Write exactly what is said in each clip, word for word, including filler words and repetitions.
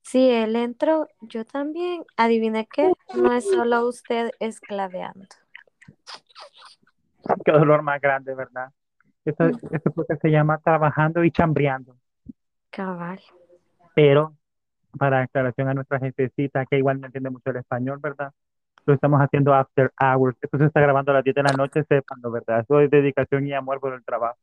Sí, él entró, yo también. Adivine qué, no es solo usted esclaveando. Qué dolor más grande, ¿verdad? Esto, Mm, esto es lo que se llama trabajando y chambreando. cabal. Pero, para aclaración a nuestra gentecita que igual no entiende mucho el español, ¿verdad? Lo estamos haciendo after hours. Esto se está grabando a las diez de la noche, sépanlo, ¿verdad? Eso es dedicación y amor por el trabajo.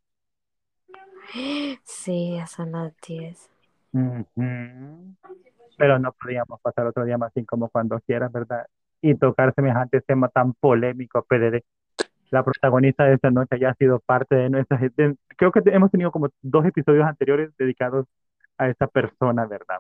Sí, ya son las diez. Ujú. Pero no podíamos pasar otro día más sin como cuando quieras, ¿verdad? Y tocar semejante tema tan polémico, pero la protagonista de esta noche ya ha sido parte de nuestra gente. Creo que hemos tenido como dos episodios anteriores dedicados a esta persona, ¿verdad?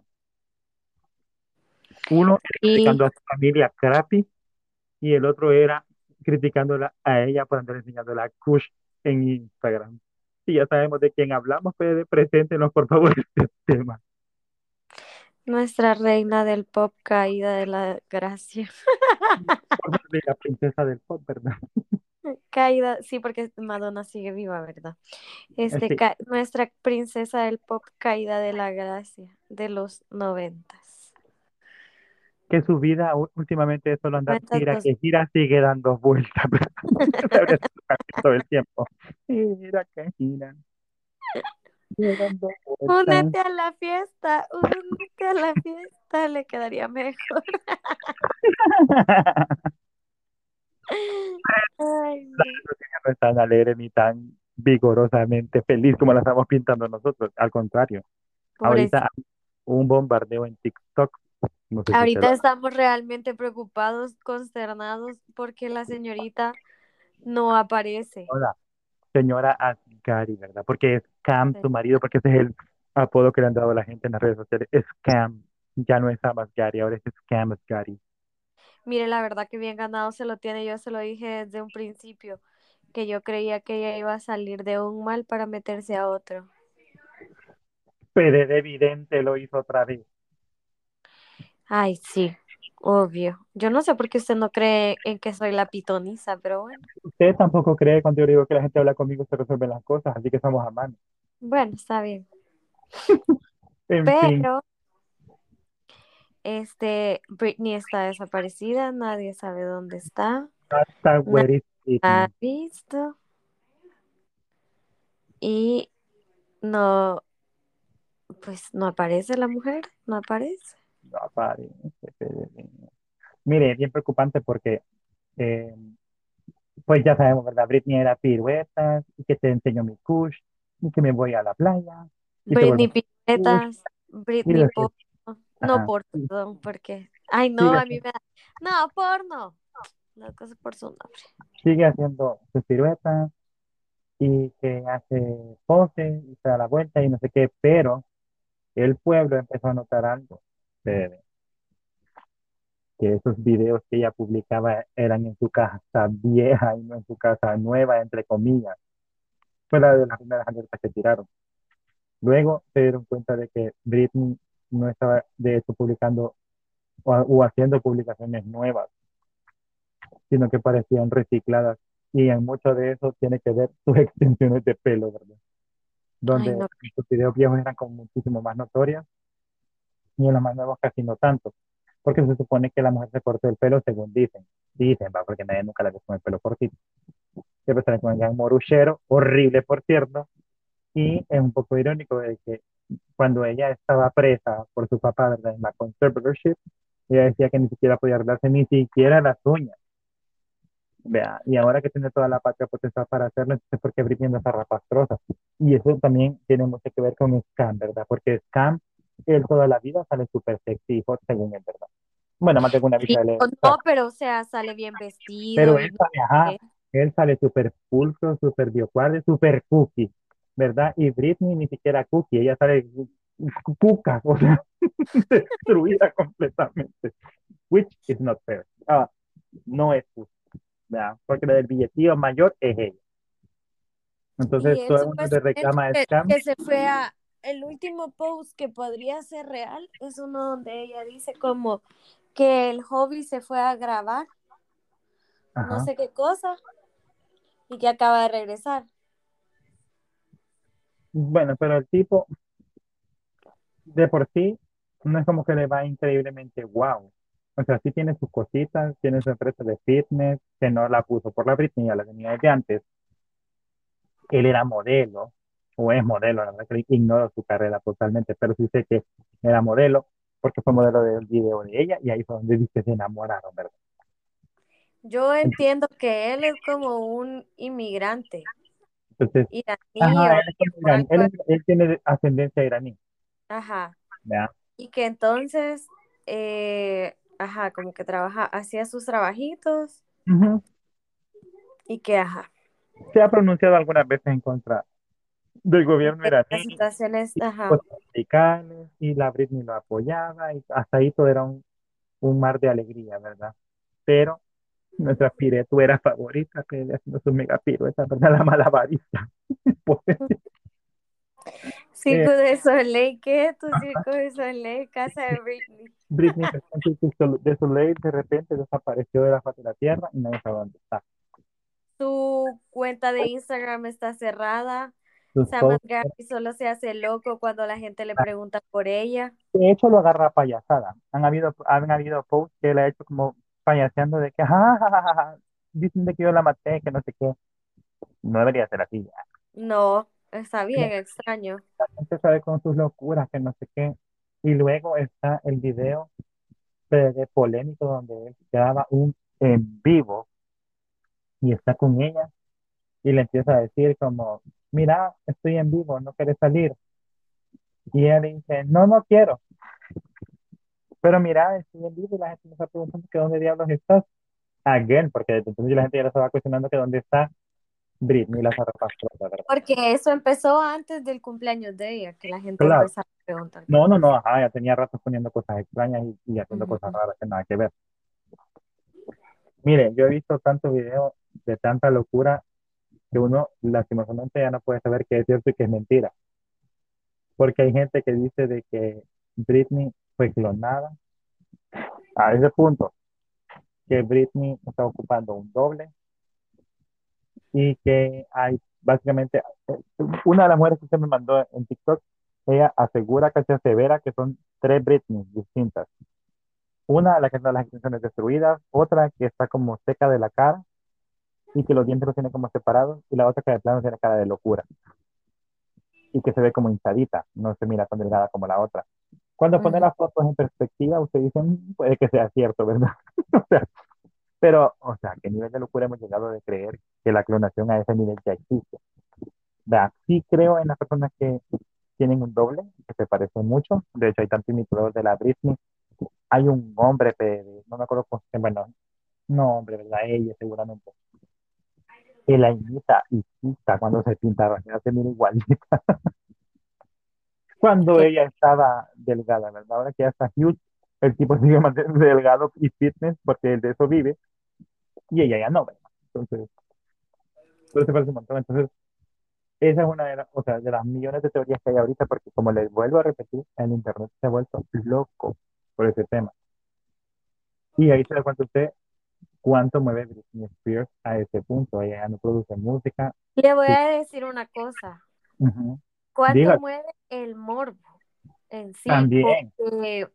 Uno era Y criticando a su familia crappy y el otro era criticándola a ella por andar enseñando la Kush en Instagram. Y ya sabemos de quién hablamos, pero preséntenos por favor este tema. nuestra reina del pop caída de la gracia. Por favor, de la princesa del pop, ¿verdad? Caída, sí, porque Madonna sigue viva, ¿verdad? Eh, Este, Sí, ca- nuestra princesa del pop caída de la gracia de los noventas. que su vida ú- últimamente es solo andar Noventas, gira dos. que gira, sigue dando vueltas, ¿verdad? Debería ser su canción todo el tiempo. Gira que gira, sigue dando vueltas. Únete a la fiesta, únete a la fiesta, le quedaría mejor. Ay, no. No es tan alegre ni tan vigorosamente feliz como la estamos pintando nosotros. Al contrario, ahorita Pobrecita. hay un bombardeo en TikTok. No sé si usted Ahorita lo estamos realmente preocupados, consternados, porque la señorita no aparece. Hola, señora Asgari, ¿verdad? Porque es Cam, Sí. su marido, porque ese es el apodo que le han dado a la gente en las redes sociales. Es Cam, ya no es Sam Asghari, ahora es Cam Asghari. Mire, la verdad que bien ganado se lo tiene. Yo se lo dije desde un principio, que yo creía que ella iba a salir de un mal para meterse a otro. Pero es evidente lo hizo otra vez. Ay, sí, obvio. Yo no sé por qué usted no cree en que soy la pitoniza, pero bueno. Usted tampoco cree cuando yo digo que la gente habla conmigo se resuelven las cosas, así que estamos a mano. Bueno, está bien. En fin, Pero, este, Britney está desaparecida, nadie sabe dónde está, hasta nadie where is la ha Britney. visto y no, pues no aparece la mujer, no aparece. No aparece, pero- Mire, es bien preocupante porque, eh, pues ya sabemos, ¿verdad? Britney era piruetas, y que te enseño mi kush, y que me voy a la playa, y te vuelvo Britney a kush, Piñetas, y Britney después, Porno, no ajá, por, y perdón, porque, ay no, sigue, a mí haciendo- me da, no, porno, las cosas por su nombre. sigue haciendo sus piruetas, y que hace poses, y se da la vuelta, y no sé qué, pero el pueblo empezó a notar algo, de- que esos videos que ella publicaba eran en su casa vieja y no en su casa nueva, entre comillas. Fue la de las primeras alertas que tiraron. Luego se dieron cuenta de que Britney no estaba, de hecho, publicando o, o haciendo publicaciones nuevas, sino que parecían recicladas. Y en mucho de eso tiene que ver sus extensiones de pelo, ¿verdad? Ay Donde no, sus videos viejos eran como muchísimo más notorias y en los más nuevos casi no tanto. Porque se supone que la mujer se cortó el pelo según dicen. Dicen, va, porque nadie nunca la ve con el pelo cortito. Siempre sale con el gran moruchero, horrible por cierto, y es un poco irónico de que cuando ella estaba presa por su papá, ¿verdad? En la conservatorship, ella decía que ni siquiera podía arreglarse ni siquiera las uñas. Vea, y ahora que tiene toda la patria potestad para hacerlo, entonces ¿por qué Britney anda rapastrosa? Y eso también tiene mucho que ver con Scam, ¿verdad? Porque Scam, él toda la vida sale súper sexy y hot, según él, ¿verdad? Bueno, más de una sí, bicha de o leer, no, pero o sea, sale bien vestido pero y él no sale, sé ajá, qué. él sale súper pulcro, súper biocuadre, súper cookie, ¿verdad? Y Britney ni siquiera cookie, ella sale cuca, o sea, destruida completamente, which is not fair. Ah, no es justo, ¿verdad? Porque la del billetío mayor es ella. Entonces Y él todo el mundo le supuestamente reclama a que, Scam, que se fue a, el último post que podría ser real es uno donde ella dice como que el hobby se fue a grabar, no ajá, sé qué cosa, y que acaba de regresar. bueno, pero el tipo de por sí no es como que le va increíblemente wow. O sea, sí tiene sus cositas, tiene su empresa de fitness, que no la puso por la Britney, ya la tenía desde antes. Él era modelo, o es modelo, la verdad que ignoro su carrera totalmente, pero sí sé que era modelo, porque fue modelo del video de ella, y ahí fue donde dice que se enamoraron, ¿verdad? Yo entiendo que él es como un inmigrante Entonces, iraní ajá, o, él, es como o iraní, algo él, así. es- él tiene ascendencia iraní, Ajá. ¿verdad? Y que entonces, eh, ajá, como que trabaja, hacía sus trabajitos Ujú. y que, ajá, Se ha pronunciado algunas veces en contra del gobierno de las iraní, situaciones, ajá. cosas radicales, y la Britney lo apoyaba, y hasta ahí todo era un, un mar de alegría, ¿verdad? Pero nuestra piretuera favorita, que ella haciendo sus mega piruetas, ¿verdad? La malabarista. Pues, eh, Circo de Soleil, ¿qué es tu Circo de Soleil? Casa de Britney. Britney de Soleil de repente desapareció de la faz de la tierra y nadie sabe dónde está. Su cuenta de Instagram está cerrada. Sus Sam posts, Gary solo se hace loco cuando la gente le pregunta por ella. de hecho, lo agarra a payasada. Han habido, han habido posts que él ha hecho como payaseando de que, "Ja, ja, ja, ja, ja, dicen de que yo la maté, que no sé qué. No debería ser así. No, está La bien extraño. gente sabe con sus locuras, que no sé qué. Y luego está el video de, de polémico donde él graba un en vivo y está con ella y le empieza a decir como, mira, estoy en vivo, no quieres salir. Y ella le dice, no, no quiero, pero mira, estoy en vivo y la gente me está preguntando que dónde diablos estás. Again, porque desde entonces la gente ya lo estaba cuestionando que dónde está Britney la Zarrapastrosa, ¿verdad? Porque eso empezó antes del cumpleaños de ella, que la gente Claro. empezaba a preguntar No, por no, eso. no, ajá, ya tenía rato poniendo cosas extrañas y, y haciendo cosas Ujú. raras que nada que ver. Mire, yo he visto tantos videos de tanta locura que uno lastimosamente ya no puede saber qué es cierto y qué es mentira. Porque hay gente que dice de que Britney fue clonada a ese punto, que Britney está ocupando un doble y que hay básicamente eh, una de las mujeres que usted me mandó en TikTok, ella asegura que se asevera que son tres Britney distintas. Una, la que tiene las extensiones destruidas, otra que está como seca de la cara y que los dientes los tiene como separados, y la otra que de plano tiene cara de locura y que se ve como hinchadita, no se mira tan delgada como la otra. Cuando pone Ujú. las fotos en perspectiva, usted dice, "Mm, puede que sea cierto, ¿verdad?" O sea, pero, o sea, ¿qué nivel de locura hemos llegado de creer que la clonación a ese nivel ya existe? Vea, sí creo en las personas que tienen un doble, que se parecen mucho. De hecho, hay tanto imitador de la Britney. Hay un hombre, pero no me acuerdo cómo se bueno, no, hombre, ¿verdad? Ella seguramente. Que la imita y quita cuando se pinta, se mira igualita. Cuando Que- ella estaba delgada, ¿verdad? Ahora que ya está huge, el tipo sigue manteniendo delgado y fitness porque él de eso vive y ella ya no, ¿verdad? Entonces, pero se parece un montón. Entonces, esa es una de las, o sea, de las millones de teorías que hay ahorita, porque como les vuelvo a repetir, el internet se ha vuelto loco por ese tema. Y ahí se da cuenta usted cuánto mueve Britney Spears a ese punto. Ella ya no produce música. Le voy Sí. a decir una cosa. Ujú. ¿Cuánto Diga, mueve el morbo en sí? también. Porque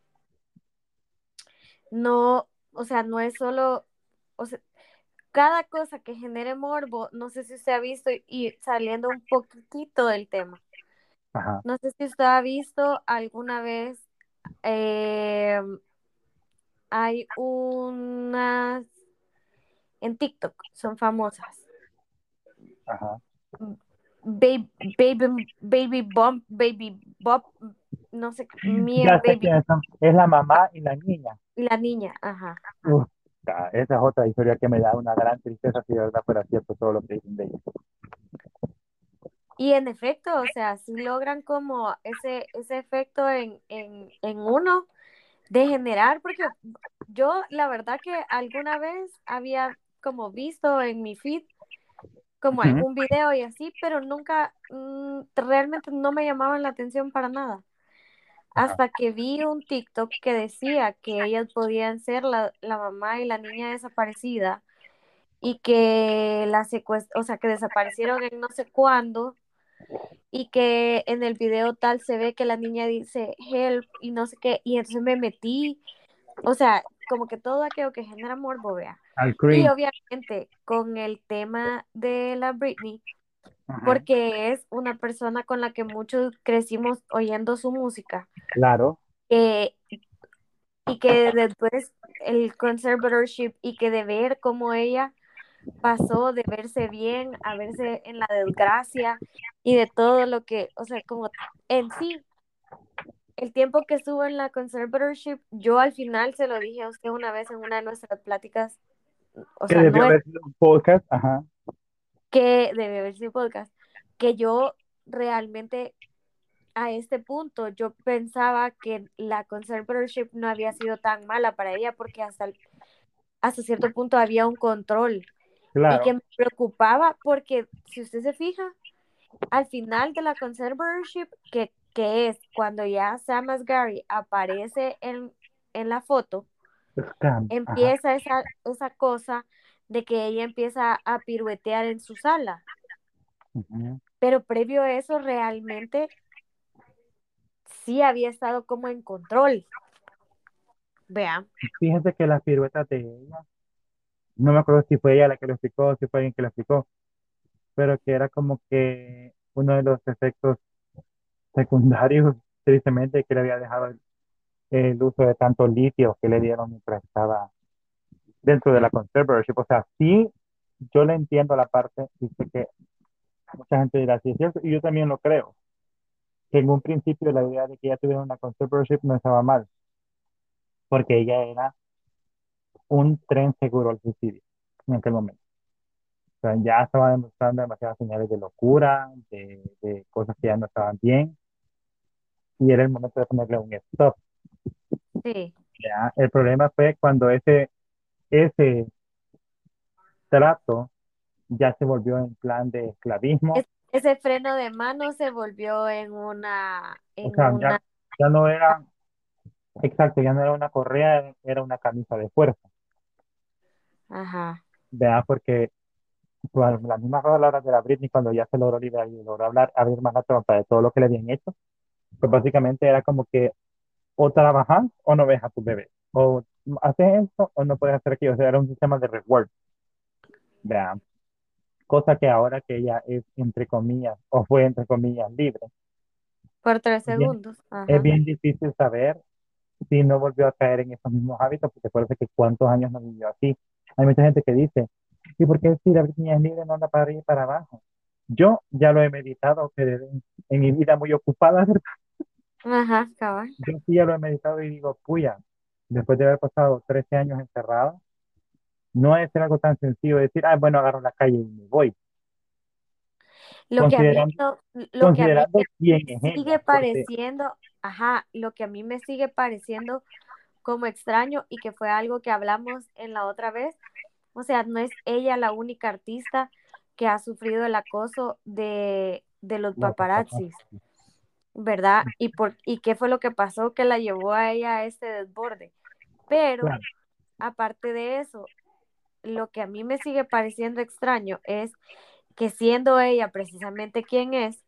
no, o sea, no es solo, o sea, cada cosa que genere morbo, no sé si usted ha visto y saliendo un poquitito del tema. Ajá, No sé si usted ha visto alguna vez, eh, hay unas en TikTok, son famosas. ajá. Baby, baby, baby bump, baby bop, no sé, me Ya and sé baby, quiénes son. Es la mamá y la niña. la niña, ajá. Uf, ah, esa es otra historia que me da una gran tristeza si de verdad fuera cierto todo lo que dicen de ella. Y en efecto, o sea, sí logran como ese, ese efecto en, en, en uno de generar, porque yo la verdad que alguna vez había como visto en mi feed como Ujú, algún video y así, pero nunca, mm, realmente no me llamaban la atención para nada. ajá, Hasta que vi un TikTok que decía que ellas podían ser la, la mamá y la niña desaparecida y que la secuest- o sea, que desaparecieron en no sé cuándo y que en el video tal se ve que la niña dice help y no sé qué, y entonces me metí, o sea, como que todo aquello que genera morbo, vea. Al Y cringe. obviamente con el tema de la Britney, Ajá. porque es una persona con la que muchos crecimos oyendo su música, Claro, eh, y que después el conservatorship y que de ver cómo ella pasó de verse bien a verse en la desgracia y de todo lo que, o sea, como en sí, el tiempo que estuvo en la conservatorship, yo al final se lo dije a usted una vez en una de nuestras pláticas, o que sea, debió no es haber sido un podcast. Ajá. que debe haber sido podcast, que yo realmente a este punto yo pensaba que la conservatorship no había sido tan mala para ella porque hasta, el- hasta cierto punto había un control y que Claro, me preocupaba porque si usted se fija, al final de la conservatorship, que, que es cuando ya Sam Asghari aparece en, en la foto, scam. Ajá. empieza esa, esa cosa de que ella empieza a piruetear en su sala. Ujú. Pero previo a eso, realmente sí había estado como en control. Vean. Fíjense que las piruetas de ella, no me acuerdo si fue ella la que lo explicó, si fue alguien que lo explicó, pero que era como que uno de los efectos secundarios, tristemente, que le había dejado el, el uso de tanto litio que le dieron mientras estaba dentro de la conservatorship. O sea, sí, yo le entiendo la parte, dice que mucha gente dirá, sí es cierto, y yo también lo creo, que en un principio la idea de que ella tuviera una conservatorship no estaba mal, porque ella era un tren seguro al suicidio en aquel momento. O sea, ya estaba demostrando demasiadas señales de locura, de, de cosas que ya no estaban bien, y era el momento de ponerle un stop. Sí. ¿Ya? El problema fue cuando ese, ese trato ya se volvió en plan de esclavismo. Es- ese freno de mano se volvió en una, O en sea, ya, una, ya no era, exacto, ya no era una correa, era una camisa de fuerza. ajá, ¿Vea? Porque pues, las mismas palabras de la Britney cuando ya se logró liberar y logró hablar, abrir más la trompa de todo lo que le habían hecho, pues básicamente era como que o trabajas o no ves a tu bebé. O haces esto o no puedes hacer aquello. O sea, era un sistema de reward. ¿Vea? Cosa que ahora que ella es, entre comillas, o fue, entre comillas, libre, por tres es bien, segundos, es ajá. bien difícil saber si no volvió a caer en esos mismos hábitos, porque parece que cuántos años no vivió así. Hay mucha gente que dice, ¿y por qué si la Britney es libre no anda para arriba y para abajo? Yo ya lo he meditado, pero en, en mi vida muy ocupada, ¿verdad? Ajá, cabal. Yo sí ya lo he meditado y digo, puya, después de haber pasado trece años encerrado, no es algo tan sencillo de decir, ah, bueno, agarro la calle y me voy, Lo que a mí considerando, no, lo que a mí considerando quién es sigue ella, porque, pareciendo, ajá, lo que a mí me sigue pareciendo como extraño y que fue algo que hablamos en la otra vez, o sea, no es ella la única artista que ha sufrido el acoso de, de los no, papá, paparazzis, ¿verdad? Y, por, y qué fue lo que pasó que la llevó a ella a este desborde. Pero, claro, aparte de eso, lo que a mí me sigue pareciendo extraño es que siendo ella precisamente quien es,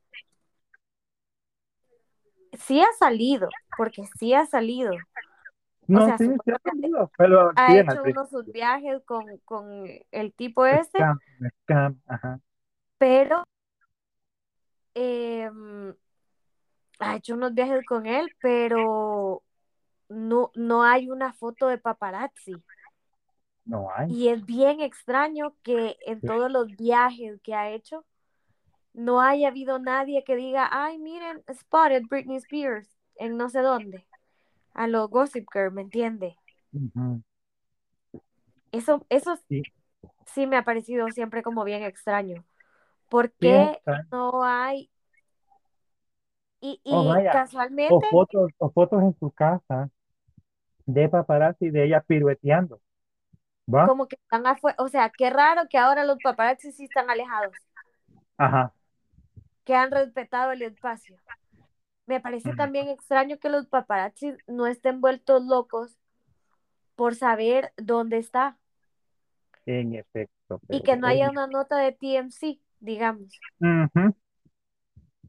sí ha salido, porque sí ha salido. O no, sea, sí, sí ha supuestamente salido, pero ha bien al hecho unos sus principio, viajes con, con el tipo este, scam, scam, ajá, pero eh, ha hecho unos viajes con él, pero no, no hay una foto de paparazzi. no hay, Y es bien extraño que en todos los viajes que ha hecho no haya habido nadie que diga, ay, miren, spotted Britney Spears en no sé dónde, a lo Gossip Girl, ¿me entiende? ujú, Eso, eso sí, sí me ha parecido siempre como bien extraño. ¿Por sí es qué extraño. no hay? Y, O y vaya, casualmente, o fotos, o fotos en su casa de paparazzi de ella pirueteando, ¿va? como que están afuera, o sea, qué raro que ahora los paparazzi sí están alejados, Ajá, que han respetado el espacio. Me parece ujú, también extraño que los paparazzi no estén vueltos locos por saber dónde está en efecto, y pero que no haya en- una nota de T M C, digamos. ujú,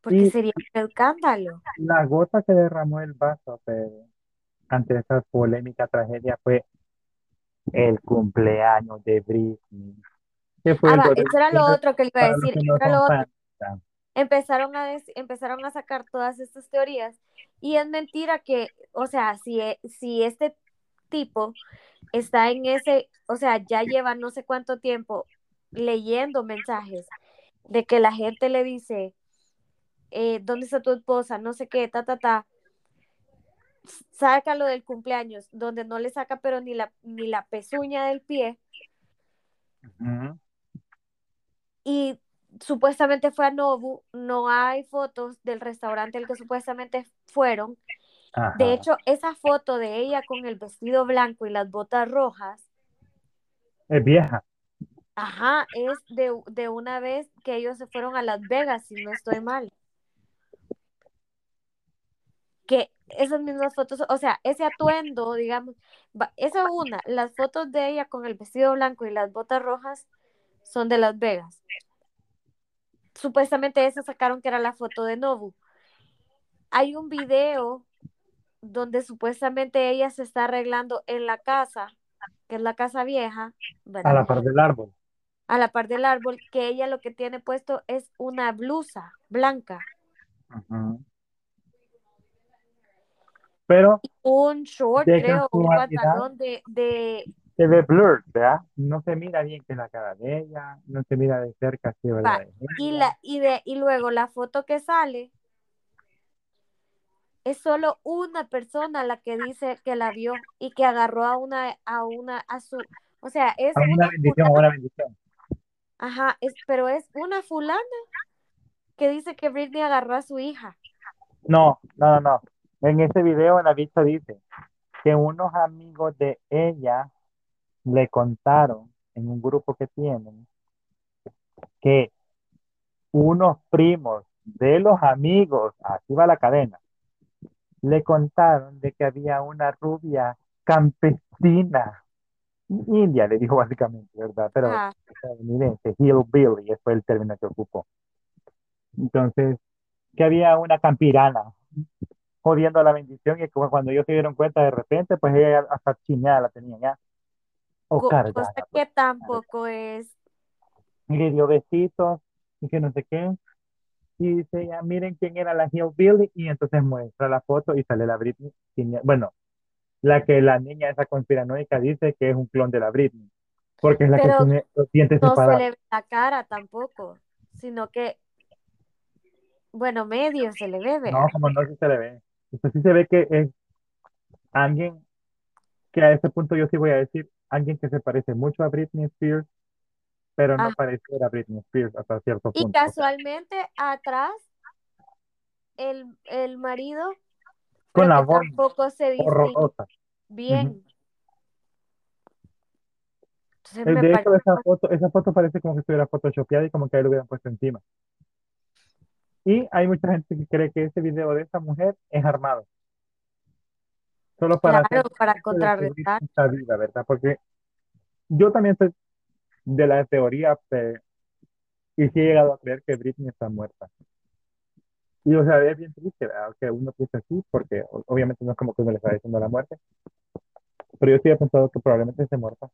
porque Y sería un escándalo. la gota que derramó el vaso, pero ante esa polémica tragedia fue el cumpleaños de Britney, que fue Ah, el va, dos de eso era lo diciembre, otro que le iba a para los decir, que eso no era son lo otro. fans. ¿Ya? Empezaron a, dec- empezaron a sacar todas estas teorías y es mentira que, o sea, si, e- si este tipo está en ese, o sea, ya lleva no sé cuánto tiempo leyendo mensajes de que la gente le dice, eh, ¿dónde está tu esposa? No sé qué, ta, ta, ta. Sácalo del cumpleaños, donde no le saca pero ni la, ni la pezuña del pie Ujú. y supuestamente fue a Nobu, no hay fotos del restaurante al que supuestamente fueron. De Ajá. hecho, esa foto de ella con el vestido blanco y las botas rojas, Es vieja. ajá, es de, de una vez que ellos se fueron a Las Vegas, si no estoy mal. Que esas mismas fotos, o sea, ese atuendo, digamos, va- esa una, las fotos de ella con el vestido blanco y las botas rojas son de Las Vegas. Supuestamente esa sacaron que era la foto de Nobu. Hay un video donde supuestamente ella se está arreglando en la casa, que es la casa vieja, A ¿verdad? la par del árbol. A la par del árbol, que ella lo que tiene puesto es una blusa blanca, Ujú. Pero un short, de creo, un casualidad pantalón de, de, se ve blurred, ¿verdad? No se mira bien que es la cara de ella, no se mira de cerca si es verdad va, es y, ella. la, y, de, y luego la foto que sale es solo una persona la que dice que la vio y que agarró a una, a una, a su, o sea, es A una una bendición, a fulana, una bendición. ajá, es, pero es una fulana que dice que Britney agarró a su hija. No, no, no, no. En ese video en la vista dice que unos amigos de ella le contaron en un grupo que tienen que unos primos de los amigos, así va la cadena, le contaron de que había una rubia campesina, india, le dijo básicamente, ¿verdad? Pero Ajá. estadounidense, hillbilly, ese fue el término que ocupó. Entonces, que había una campirana jodiendo la bendición y que cuando ellos se dieron cuenta de repente, pues ella hasta chiñada la tenía ya, o Co- cosa cargada, pues, que tampoco es, y le dio besitos y que no sé qué. Y dice ya, miren quién era la Hillbilly, y entonces muestra la foto y sale la Britney. ciña- Bueno, la que la niña esa conspiranoica dice que es un clon de la Britney, porque es la que pero tiene los dientes no se separados. le ve la cara tampoco, sino que, bueno, medio se le ve, No, vea. como no, sí se le ve. Entonces sí se ve que es alguien que a ese punto yo sí voy a decir, alguien que se parece mucho a Britney Spears, pero no Ajá. parece a Britney Spears hasta cierto Y punto. O sea, casualmente atrás el, el marido, con pero la que voz tampoco se distingue horrorosa. Ujú. bien. Entonces Eh, me De parece, hecho, esa foto, esa foto parece como que estuviera photoshopeada y como que ahí lo hubieran puesto encima. Y hay mucha gente que cree que ese video de esa mujer es armado, solo para hacer claro, para esto de que contrarrestar. Britney está viva, ¿verdad? Porque yo también soy de la teoría eh, y sí he llegado a creer que Britney está muerta. Y o sea, es bien triste, ¿verdad? Que uno piense así, porque o- obviamente no es como que uno le está diciendo la muerte, pero yo sí he pensado que probablemente esté muerta.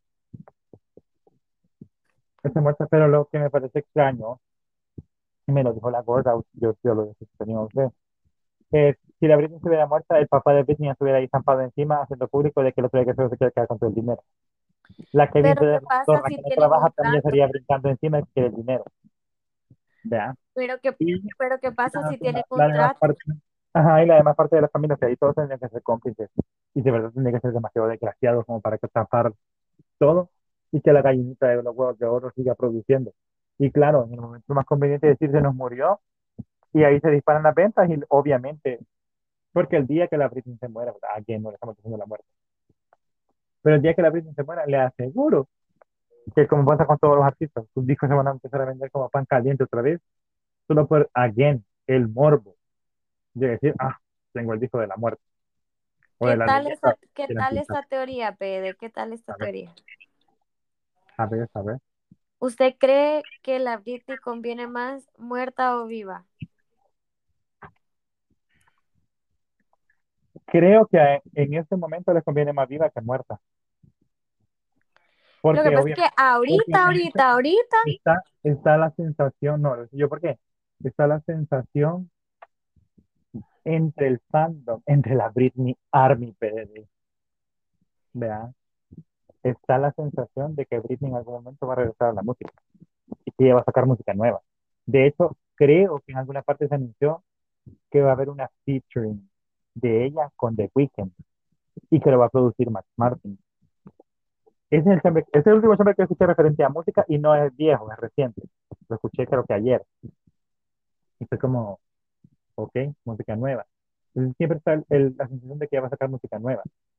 Esté muerta, pero lo que me parece extraño, y me lo dijo la gorda, yo, yo lo tenía usted, es si la Britney estuviera muerta, el papá de Britney estuviera ahí estampado encima, haciendo público de que el otro día que solo se quiere quedar con todo el dinero. La Kevin Pero de ¿qué la pasa zorra si que no tienen trabaja un también trato? estaría brincando encima y quiere el dinero. ¿Ya? Pero ¿qué, Y pero ¿qué pasa la, si tienen la un demás trato? parte, ajá, y la demás parte de la familia, que ahí todos tendrían que ser cómplices. Y de verdad tendrían que ser demasiado desgraciados como para que tapar todo y que la gallinita de los huevos de oro siga produciendo. Y claro, en el momento más conveniente decir se nos murió y ahí se disparan las ventas y obviamente, porque el día que la Britney se muera, ¿verdad? ¿A quién no le estamos diciendo la muerte? Pero el día que la Britney se muera, le aseguro que como pasa con todos los artistas, sus discos se van a empezar a vender como pan caliente otra vez, solo por, again, el morbo de decir, ah, tengo el disco de la muerte o ¿Qué de la tal leyenda esa, que qué quieren tal pintar. esta teoría, Pede? ¿Qué tal esta A ver, teoría? a ver, a ver. ¿Usted cree que la Britney conviene más muerta o viva? creo que a- en este momento les conviene más viva que muerta, Lo que porque pasa es que obviamente, porque ahorita, obviamente ahorita, ahorita, está, está la sensación, no, yo por qué, está la sensación entre el fandom, entre la Britney Army, P D D, ¿verdad? Está la sensación de que Britney en algún momento va a regresar a la música y que ella va a sacar música nueva. De hecho, creo que en alguna parte se anunció que va a haber una featuring de ella con The Weeknd y que lo va a producir Max Martin. Ese es el, chambre- ese es el último chambre que escuché referente a música y no es viejo, es reciente. Lo escuché creo que ayer y fue como, ok, música nueva. Entonces, siempre está el- el- la sensación de que ella va a sacar música nueva.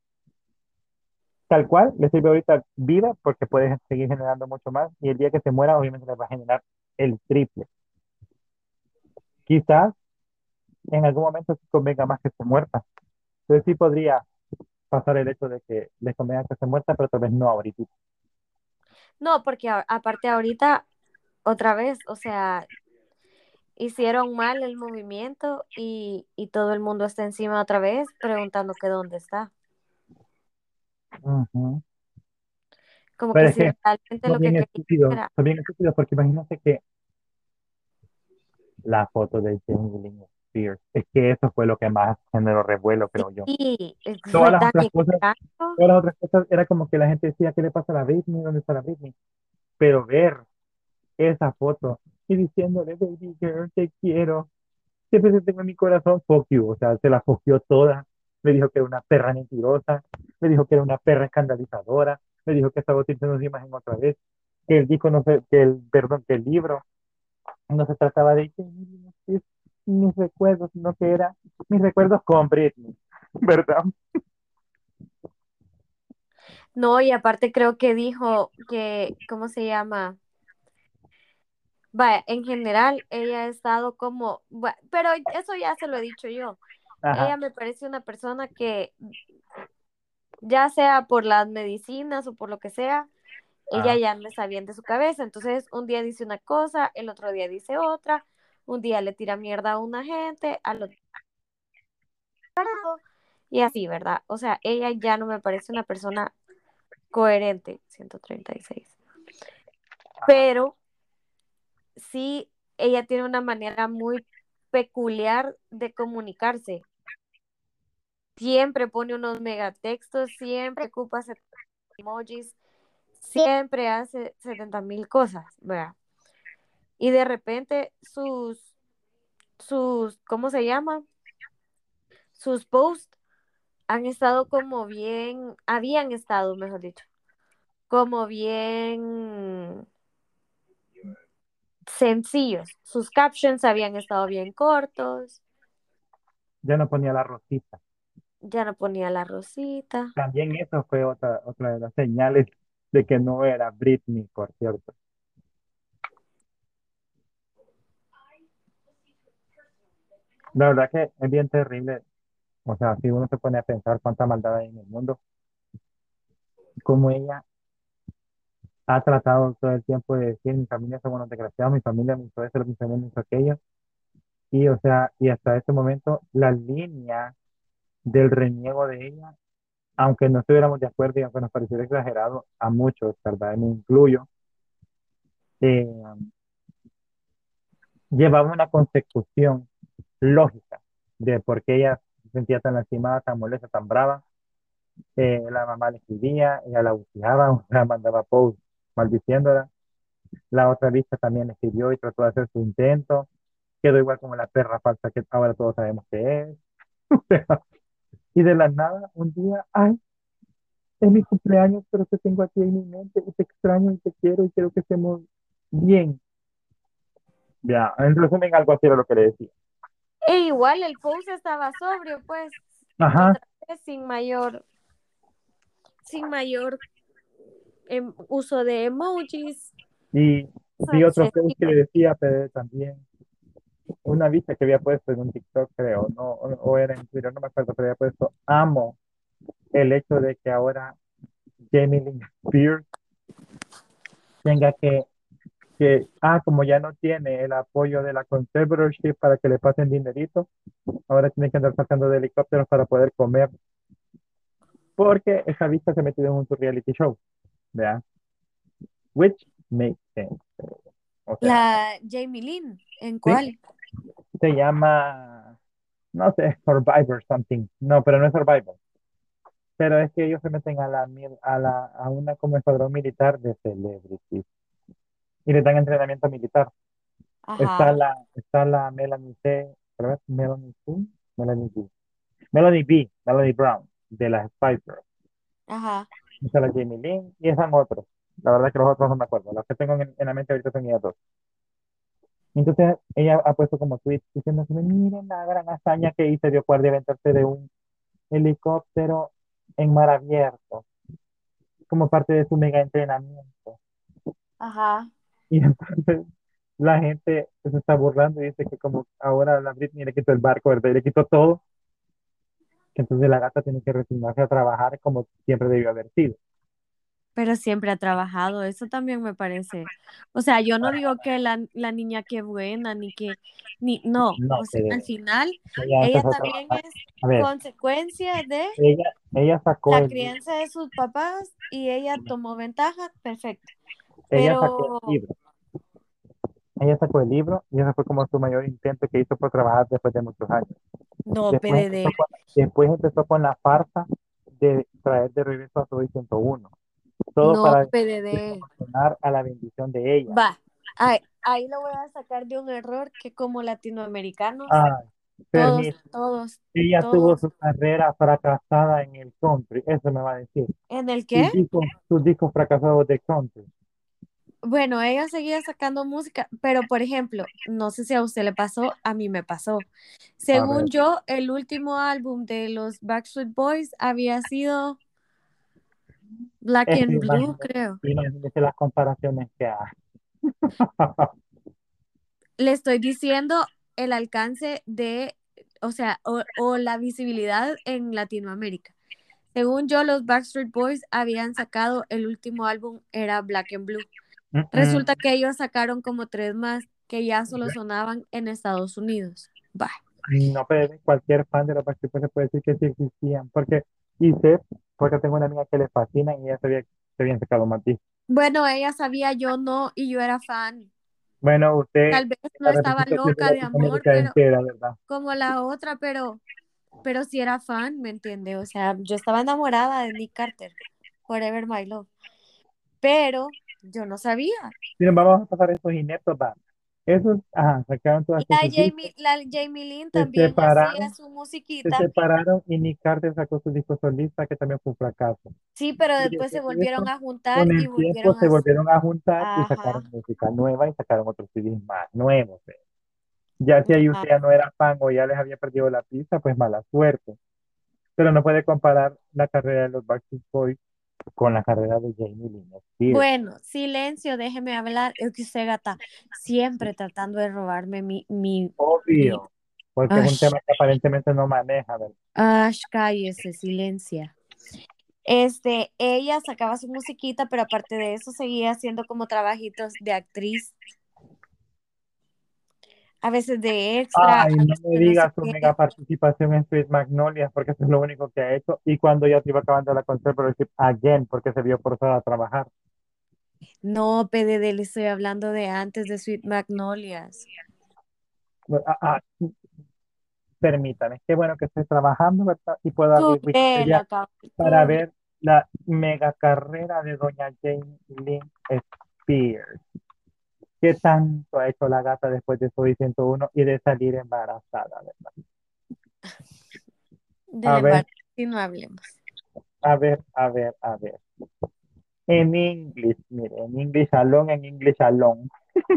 Tal cual, le sirve ahorita vida porque puede seguir generando mucho más y el día que se muera obviamente le va a generar el triple. Quizás en algún momento sí convenga más que esté muerta. Entonces sí podría pasar el hecho de que le convenga que esté muerta, pero tal vez no ahorita. no, porque a- aparte ahorita, otra vez, o sea, hicieron mal el movimiento y, y todo el mundo está encima otra vez preguntando que dónde está. Ujú. Como Pero que es si que realmente son lo que bien quería estúpidos, era, son bien estúpidos porque imagínate que la foto de Jamie Lynn Spears, es que eso fue lo que más generó revuelo, creo yo. sí, eh, Todas fue las tan otras cosas, extraño. todas las otras cosas era como que la gente decía, ¿qué le pasa a la Britney? ¿Dónde está la Britney? Pero ver esa foto y diciéndole, baby girl, te quiero, siempre se tengo en mi corazón, fuck you, o sea, se la cogió toda, me dijo que era una perra mentirosa, me dijo que era una perra escandalizadora, me dijo que estaba utilizando su imagen otra vez, que el disco no se, que el, perdón, que el libro no se trataba de "Ay, mis recuerdos, sino que era mis recuerdos con Britney, ¿verdad? No, y aparte creo que dijo que, ¿cómo se llama? Vaya, en general ella ha estado como, bua- pero eso ya se lo he dicho yo. Ajá, Ella me parece una persona que, ya sea por las medicinas o por lo que sea, ella ajá, ya no está bien de su cabeza. Entonces, un día dice una cosa, el otro día dice otra, un día le tira mierda a una gente, al otro, y así, ¿verdad? O sea, ella ya no me parece una persona coherente, ciento treinta y seis. ajá. Pero sí, ella tiene una manera muy peculiar de comunicarse. Siempre pone unos megatextos, siempre ocupa emojis, siempre hace setenta mil cosas, ¿verdad? Y de repente sus, sus, ¿cómo se llama? Sus posts han estado como bien, habían estado, mejor dicho, como bien sencillos. Sus captions habían estado bien cortos, Ya no ponía la rosita. ya no ponía la rosita. También eso fue otra, otra de las señales de que no era Britney, por cierto. La verdad que es bien terrible. O sea, si uno se pone a pensar cuánta maldad hay en el mundo, como ella ha tratado todo el tiempo de decir, mi familia son unos desgraciados, mi familia me hizo eso, mi familia me hizo aquello. Y, o sea, y hasta este momento, la línea del reniego de ella, aunque no estuviéramos de acuerdo y aunque nos pareciera exagerado a muchos, ¿verdad? Me incluyo, eh, llevaba una consecución lógica de por qué ella se sentía tan lastimada, tan molesta, tan brava. Eh, la mamá le escribía, ella la buceaba, la mandaba post maldiciéndola. La otra vista también le escribió y trató de hacer su intento. Quedó igual como la perra falsa que ahora todos sabemos que es. Y de la nada, un día, ay, es mi cumpleaños, pero te tengo aquí en mi mente y te extraño y te quiero y quiero que estemos bien. Ya, en resumen, algo así era lo que le decía. E igual el post estaba sobrio, pues, Ajá, otra vez sin mayor, sin mayor em, uso de emojis. y vi Tan otro post que le sencillo. decía, pero también una vista que había puesto en un TikTok, creo, no, o, o era en Twitter, no me acuerdo, pero había puesto, amo el hecho de que ahora Jamie Lynn Spears tenga que que, ah, como ya no tiene el apoyo de la conservatorship para que le pasen dinerito, ahora tiene que andar sacando de helicópteros para poder comer, porque esa vista se ha metido en un reality show, ¿verdad? Which makes sense. O sea, La Jamie Lynn, ¿en sí, cuál? se llama, no sé, Survivor something. No, pero no es Survivor. Pero es que ellos se meten a la, mil- a la, a una como escuadrón militar de celebrities y les dan entrenamiento militar. Está Ajá, la, está la Melanie C, ¿verdad? Melanie C, Melanie B. Melanie B, Melanie Brown, de las Spice Girls. ajá, Está la Jamie Lynn y están otros. La verdad que los otros no me acuerdo. Los que tengo en, en la mente ahorita son ellos dos. Entonces ella ha puesto como tweet diciendo que miren la gran hazaña que hice de de aventarse de un helicóptero en mar abierto, como parte de su mega entrenamiento. ajá. Y entonces la gente se está burlando y dice que como ahora la Britney le quitó el barco, ¿verdad? Y le quitó todo, que entonces la gata tiene que resignarse a trabajar como siempre debió haber sido. Pero siempre ha trabajado, eso también me parece. O sea, yo no digo que la, la niña que buena, ni que, ni, no, No, o sea, que al final ella ella empezó a también trabajar. es A ver, consecuencia de ella, ella sacó la el libro, crianza de sus papás y ella tomó ventaja, perfecto. ella sacó el Pero libro, ella sacó el libro y ese fue como su mayor intento que hizo por trabajar después de muchos años. no, Después empezó P D D, con, después empezó con la farsa de traer de regreso a Soy ciento uno. Todo no, para P D D. promocionar a la bendición de ella. Va, ahí, ahí lo voy a sacar de un error que como latinoamericanos, Ah, todos, permiso. todos, Ella tuvo todos, su carrera fracasada en el country. Eso me va a decir. ¿en el qué? Sus discos, sus discos fracasados de country. Bueno, ella seguía sacando música, pero por ejemplo, no sé si a usted le pasó, a mí me pasó. A Según ver, yo, el último álbum de los Backstreet Boys había sido Black es que and Blue, imagínese, creo. imagínese las comparaciones que hay. Le estoy diciendo el alcance de, o sea, o, o la visibilidad en Latinoamérica. Según yo, los Backstreet Boys habían sacado el último álbum, era Black and Blue. Mm, mm. Resulta que ellos sacaron como tres más que ya solo sonaban en Estados Unidos. Va. No, pero cualquier fan de los Backstreet Boys se puede decir que sí existían. Porque, y sé, porque tengo una amiga que le fascina y ella sabía que se habían sacado más discos. Bueno, ella sabía, yo no, y yo era fan. Bueno, usted Tal vez es no la estaba representación de loca de amor, Latinoamérica pero entera, ¿verdad? como la otra, pero, pero sí era fan, ¿me entiende? O sea, yo estaba enamorada de Nick Carter, Forever My Love, pero yo no sabía. Miren, vamos a pasar estos ineptos, va. Esos, ajá, sacaron todas La sus discos, Jamie, la Jamie Lynn se también hacía separaron, su se musiquita, separaron y Nick Carter sacó su disco solista, que también fue un fracaso. sí, pero Y después se después de volvieron eso, a juntar con y el tiempo volvieron se a... volvieron a juntar y Ajá, sacaron música nueva y sacaron otros C Ds más nuevos. ¿Eh? Ya si ahí ajá. usted ya no era fan o ya les había perdido la pista, pues mala suerte. Pero no puede comparar la carrera de los Backstreet Boys con la carrera de Jamie Lynn Spears. Bueno, silencio, déjeme hablar. Es que usted gata siempre tratando de robarme mi, mi, mi... Obvio, porque es un Ash, tema que aparentemente no maneja, ¿verdad? Ash, cállese, silencia. Este, ella sacaba su musiquita, pero aparte de eso seguía haciendo como trabajitos de actriz, a veces de extra, Ay, a no veces me de no sé digas su mega qué. participación en Sweet Magnolia, porque eso es lo único que ha hecho. Y cuando ya se iba acabando la conservatorship, again, porque se vio forzada a trabajar. No, P D D, le estoy hablando de antes de Sweet Magnolias. Bueno, ah, ah, permítame, qué bueno que estoy trabajando, ¿verdad? Y puedo abrir Googleelo, Wikipedia cabrón, para Google. ver la mega carrera de doña Jane Lynn Spears. ¿Qué tanto ha hecho la gata después de Soy ciento uno y de salir embarazada, ¿verdad? Del A ver, embarazo, y no hablemos. a ver, a ver, a ver. En inglés, mire, en inglés alone, en inglés alone.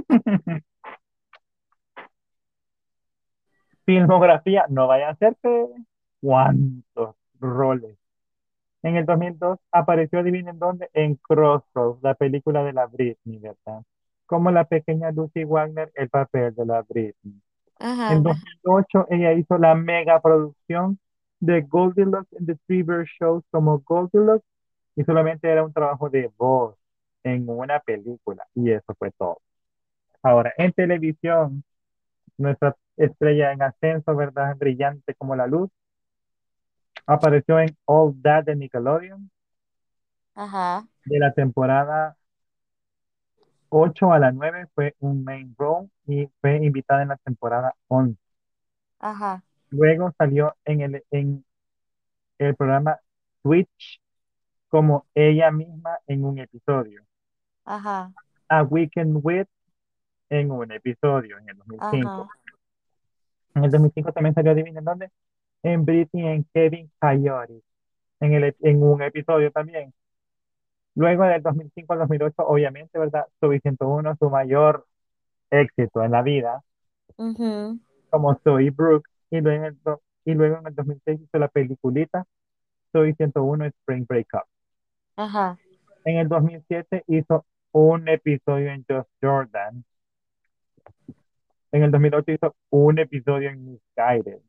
Filmografía, no vaya a hacerte cuántos roles. En el dos mil dos apareció, adivinen dónde, en Crossroads, la película de la Britney, ¿verdad? Como la pequeña Lucy Wagner, el papel de la Britney. En Ajá. dos mil ocho ella hizo la mega producción de Goldilocks and the Three Bear Shows como Goldilocks y solamente era un trabajo de voz en una película y eso fue todo. Ahora, en televisión, nuestra estrella en ascenso, ¿verdad? Brillante como la luz, apareció en All That de Nickelodeon, Ajá, de la temporada ocho a la nueve fue un main role y fue invitada en la temporada once. ajá, Luego salió en el, en el programa Twitch como ella misma en un episodio. ajá, A Weekend With en un episodio en el dos mil cinco. ajá, En el dos mil cinco también salió, adivinen dónde, en Britney and Kevin Coyote, en, el, en un episodio también. Luego del dos mil cinco al dos mil ocho, obviamente, ¿verdad? Soy ciento uno, su mayor éxito en la vida, ujú, como Soy Brooke, y luego en el, do- y luego en el dos mil seis hizo la peliculita Soy ciento uno Spring Breakup. ajá, En el dos mil siete hizo un episodio en Just Jordan. En el dos mil ocho hizo un episodio en Misguided.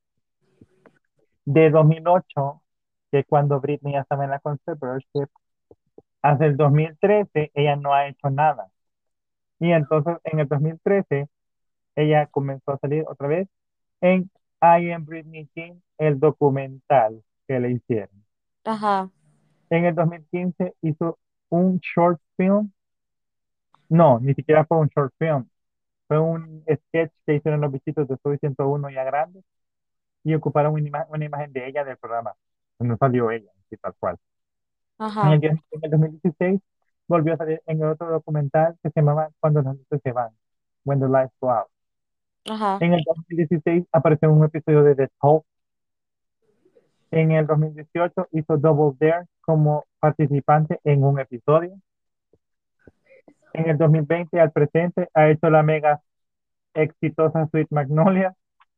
De dos mil ocho, que es cuando Britney ya estaba en la conservatorship, hasta el dos mil trece ella no ha hecho nada. Y entonces en el dos mil trece ella comenzó a salir otra vez en I Am Britney Jean, el documental que le hicieron. ajá, En el dos mil quince hizo un short film, no, ni siquiera fue un short film, fue un sketch que hicieron los bichitos de Soy ciento uno ya grandes y ocuparon una, ima- una imagen de ella del programa. No salió ella, así tal cual. En el, ajá, die- en el dos mil dieciséis volvió a salir en otro documental que se llamaba Cuando las luces se van, When the Lights Go Out. ajá, En el dos mil dieciséis apareció en un episodio de The Talk. En el dos mil dieciocho hizo Double Dare como participante en un episodio. En el dos mil veinte al presente ha hecho la mega exitosa Sweet Magnolia.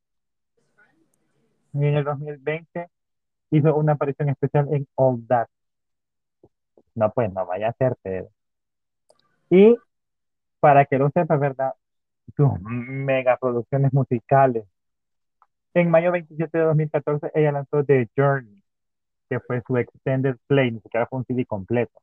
Y en el dos mil veinte hizo una aparición especial en All That. No, pues no vaya a ser, pero. Y para que lo sepa, ¿verdad? Sus mega producciones musicales. En mayo veintisiete de dos mil catorce ella lanzó The Journey, que fue su extended play, ni siquiera fue un C D completo.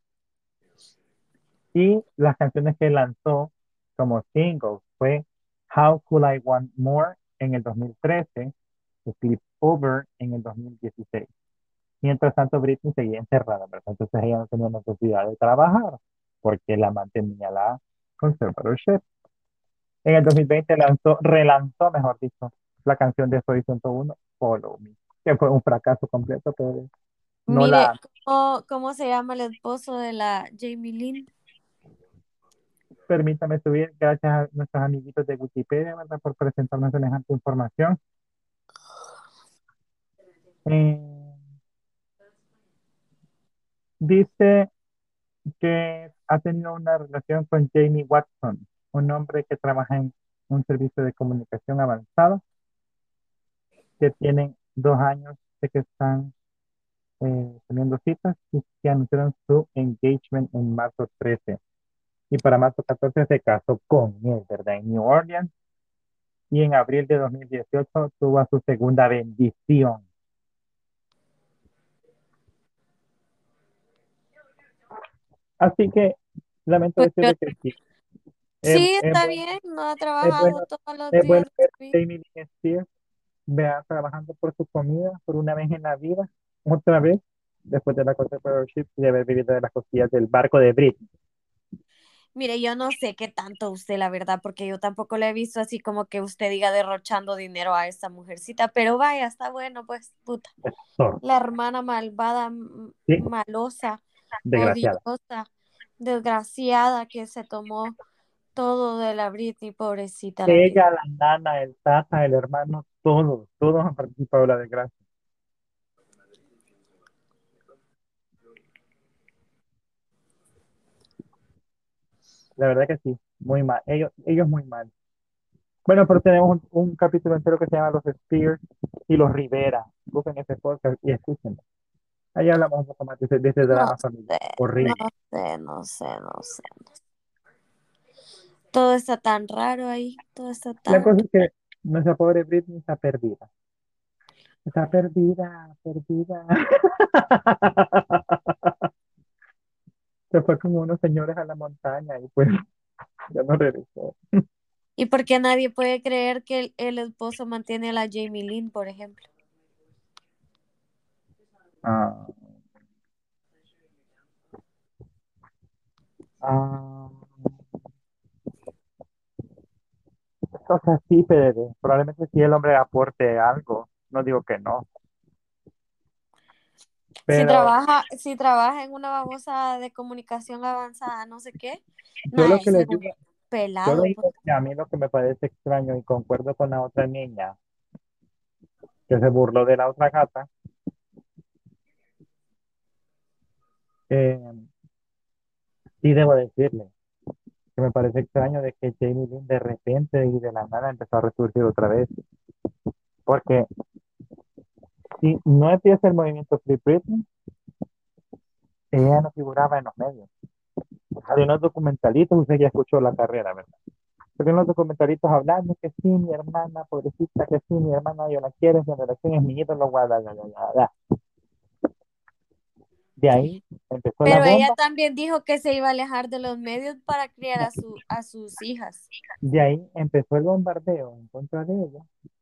Y las canciones que lanzó como singles fue How Could I Want More en el dos mil trece, Sleep Over en el dos mil dieciséis. Mientras tanto, Britney seguía encerrada, ¿verdad? Entonces ella no tenía necesidad de trabajar porque la mantenía la conservatorship. En el dos mil veinte lanzó, relanzó, mejor dicho, la canción de Soy ciento uno, Follow Me, que fue un fracaso completo, pero no Mire, la. ¿cómo, cómo se llama el esposo de la Jamie Lynn? Permítame subir, gracias a nuestros amiguitos de Wikipedia, ¿verdad? Por presentarnos semejante información. Eh, dice que ha tenido una relación con Jamie Watson, un hombre que trabaja en un servicio de comunicación avanzado, que tienen dos años de que están eh, teniendo citas y que anunciaron su engagement en marzo trece. Y para marzo catorce se casó con él, ¿verdad? En New Orleans. Y en abril de dos mil dieciocho tuvo a su segunda bendición. Así que lamento Pues yo, decirle que sí. Es, sí, es está bueno, bien, no ha es trabajado bueno, todos los es bueno días de ver su vida. a Jamie Lee Spears, vea, trabajando por su comida por una vez en la vida, otra vez, después de la conservatorship y de haber vivido de las costillas del barco de Britney. Mire, yo no sé qué tanto usted, la verdad, porque yo tampoco le he visto así como que usted diga derrochando dinero a esta mujercita, pero vaya, está bueno, pues, puta. Zorro. La hermana malvada, m- Sí, malosa, desgraciada. odiosa, desgraciada que se tomó todo de la Britney, pobrecita la Britney. Ella, la nana, el tata, el hermano, todos, todos han participado de la desgracia. La verdad que sí, muy mal. Ellos, ellos muy mal. Bueno, pero tenemos un, un capítulo entero que se llama Los Spears y los Rivera. Busquen ese podcast y escúchenlo. Ahí hablamos un poco más de ese, de ese No drama familiar sé, no horrible. sé, no sé, no sé. Todo está tan raro ahí, todo está La tan... cosa es que nuestra pobre Britney está perdida. Está perdida, perdida. Se fue como unos señores a la montaña y pues Ya no regresó. ¿Y por qué nadie puede creer que el, el esposo mantiene a la Jamie Lynn, por ejemplo? Ah, ah, o sea, sí, pero probablemente sí el hombre aporte algo. No digo que no, Si pero trabaja, si trabaja en una babosa de comunicación avanzada, no sé qué, yo lo nada, que ese les es un digo, yo lo pelado, pues. digo que a mí lo que me parece extraño y concuerdo con la otra niña que se burló de la otra gata, eh, sí debo decirle que me parece extraño de que Jamie Lynn de repente y de la nada empezó a resurgir otra vez, porque si no empieza el movimiento Free Britney, ella no figuraba en los medios. Hay unos documentalitos, usted ya escuchó la carrera, ¿verdad? Pero unos documentalitos hablando que sí, mi hermana, pobrecita, que sí, mi hermana, yo la quiero, mi adoración es mi ídolo, guada, guada, guada. De ahí empezó la Pero ella bomba, también dijo que se iba a alejar de los medios para criar a su, a sus hijas. de ahí empezó el bombardeo en contra de ella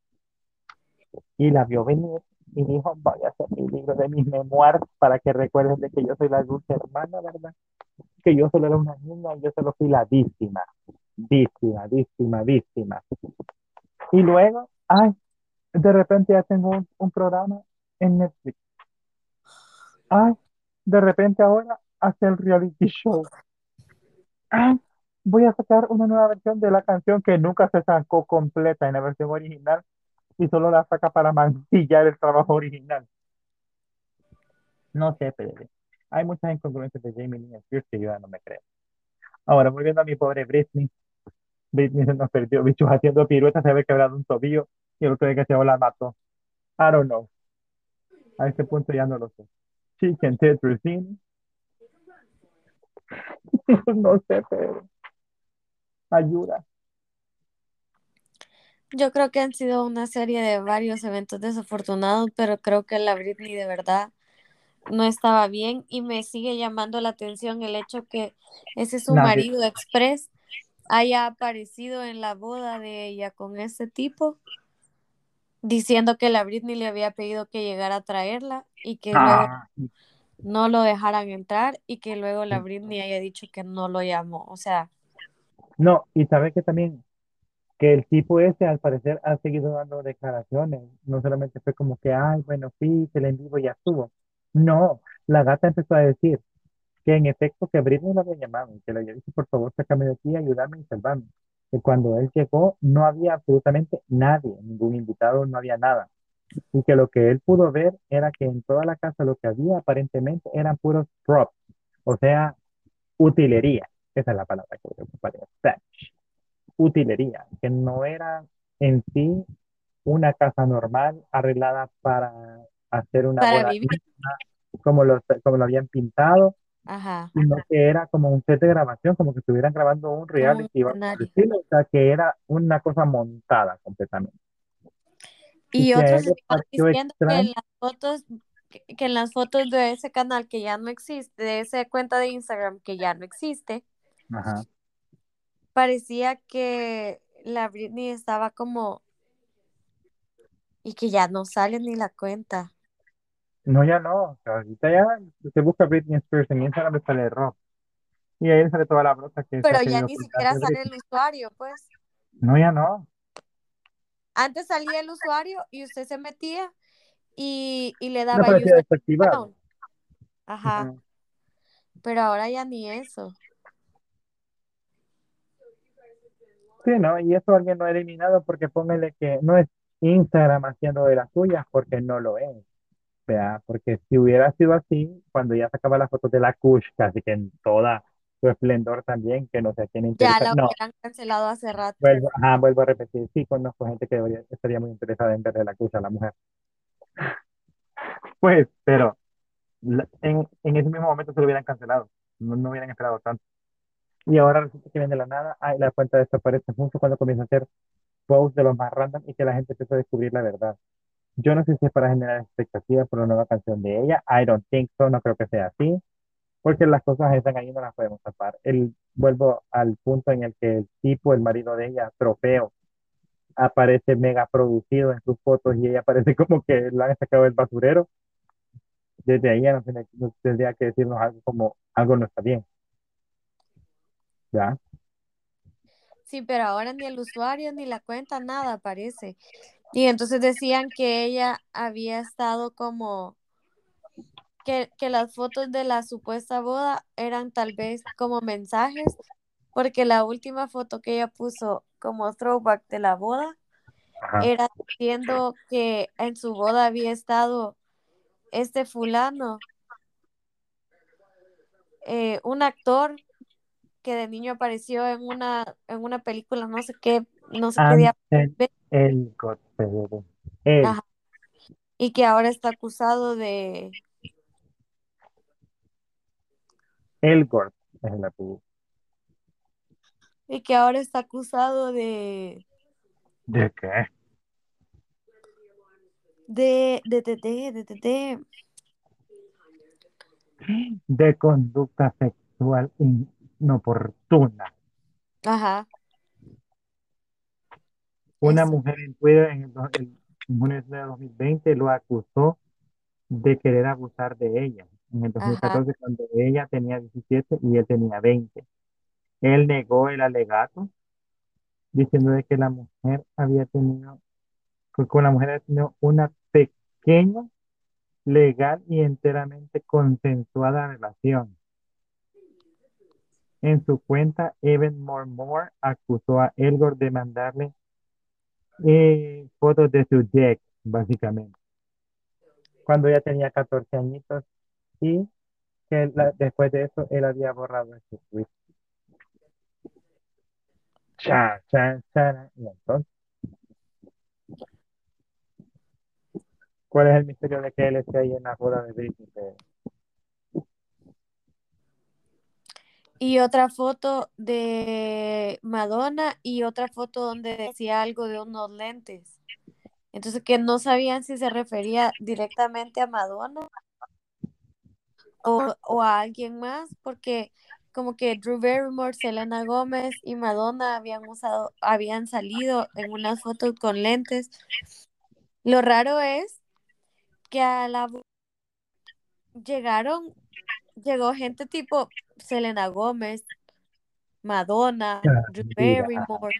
y la vio venir y dijo, voy a hacer mi libro de mis memoirs para que recuerden de que yo soy la dulce hermana, ¿verdad? Que yo solo era una niña y yo solo fui la víctima, víctima, víctima, víctima. Y luego, ay, de repente ya tengo un, un programa en Netflix. Ay, de repente ahora hace el reality show. Ay, voy a sacar una nueva versión de la canción que nunca se sacó completa en la versión original y solo la saca para mancillar el trabajo original. No sé, pero hay muchas incongruencias de Jamie Lee Spears que yo ya no me creo. Ahora, volviendo a mi pobre Britney. Britney se nos perdió, bichos haciendo piruetas, se había quebrado un tobillo y el otro día que se la mató. I don't know. A este punto ya no lo sé. Chicken Tetrisine. No sé, pero ayuda. Yo creo que han sido una serie de varios eventos desafortunados, pero creo que la Britney de verdad no estaba bien y me sigue llamando la atención el hecho que ese su Nadie. marido express haya aparecido en la boda de ella con ese tipo, diciendo que la Britney le había pedido que llegara a traerla y que luego Ah, no lo dejaran entrar y que luego la Britney haya dicho que no lo llamó. O sea, no, y sabe que también que el tipo ese al parecer ha seguido dando declaraciones. No solamente fue como que, ay, bueno, sí, que el en vivo ya estuvo. No, la gata empezó a decir que en efecto que Britney lo había llamado y que le había dicho, por favor, sácame de aquí, ayúdame y salvame. Que cuando él llegó no había absolutamente nadie, ningún invitado, no había nada. Y que lo que él pudo ver era que en toda la casa lo que había aparentemente eran puros props, o sea, utilería. Esa es la palabra que voy a ocupar. Utilería, que no era en sí una casa normal arreglada para hacer una para boda vivir. íntima, como lo, como lo habían pintado, Ajá, sino que era como un set de grabación, como que estuvieran grabando un como un reality o algo por el escenario. estilo, o sea, que era una cosa montada completamente. Y Y que a otros él le estaban pareció diciendo que en extraño, las fotos, que, que en las fotos de ese canal que ya no existe, de esa cuenta de Instagram que ya no existe, ajá, parecía que la Britney estaba como, y que ya no sale ni la cuenta. no, ya no, o sea, ahorita ya se busca Britney Spears en Instagram, le sale rock, y ahí le sale toda la brota que se ha Pero ya querido ni colgar siquiera de sale Britney. el usuario, pues. No, ya no. Antes salía el usuario y usted se metía y, y le Me daba parecía user desactivado. down. Ajá, Ujú. pero ahora ya ni eso. Sí, ¿no? Y eso alguien lo ha eliminado porque póngale que no es Instagram haciendo de las suyas, porque no lo es, ¿vea? Porque si hubiera sido así, cuando ya sacaba las fotos de la Kush, casi que en toda su esplendor también, que no sé a quién le Ya interesa. la No, hubieran cancelado hace rato. vuelvo, ajá, vuelvo a repetir, sí conozco gente que debería- estaría muy interesada en verle la Kush a la mujer. Pues, pero la- en, en ese mismo momento se lo hubieran cancelado, no, no hubieran esperado tanto. Y ahora resulta que viene de la nada, ay, la cuenta desaparece justo cuando comienza a hacer posts de los más random y que la gente empieza a descubrir la verdad. Yo no sé si es para generar expectativas por la nueva canción de ella. I don't think so, no creo que sea así, porque las cosas están ahí, no las podemos tapar. El vuelvo al punto en el que el tipo, el marido de ella, Trofeo, aparece mega producido en sus fotos y ella parece como que la han sacado del basurero. Desde ahí ya no, tiene- no tendría que decirnos algo como algo no está bien, ¿ya? Sí, pero ahora ni el usuario ni la cuenta, nada aparece. Y entonces decían que ella había estado como, que, que las fotos de la supuesta boda eran tal vez como mensajes, porque la última foto que ella puso como throwback de la boda Ajá. era diciendo que en su boda había estado este fulano, eh, un actor que de niño apareció en una, en una película, no sé qué, no sé qué día, Ansel Elgort, seguro. El, ajá, y que ahora está acusado de, Elgort es el apellido. y que ahora está acusado de, ¿De qué? de, de, de, de, de, de, de- De conducta sexual inoportuna. ajá, Una eso, mujer en Twitter en, el, do- el- en junio de dos mil veinte lo acusó de querer abusar de ella. En el ajá, dos mil catorce, cuando ella tenía diecisiete y él tenía veinte. Él negó el alegato, diciendo de que la mujer había tenido, que con la mujer había tenido una pequeña, legal y enteramente consensuada relación. En su cuenta, Evan Moore Moore acusó a Elgort de mandarle eh, fotos de su Jack, básicamente, cuando ella tenía catorce añitos y que la- después de eso él había borrado ese tweet. Cha, cha, cha. Y entonces, ¿cuál es el misterio de que él esté ahí en la boda de Britney? Que- y otra foto de Madonna y otra foto donde decía algo de unos lentes. Entonces que no sabían si se refería directamente a Madonna o, o a alguien más, porque como que Drew Barrymore, Selena Gómez y Madonna habían usado, habían salido en unas fotos con lentes. Lo raro es que a la bo- llegaron, llegó gente tipo Selena Gómez, Madonna, Ah, Drew mira, ajá. Barrymore,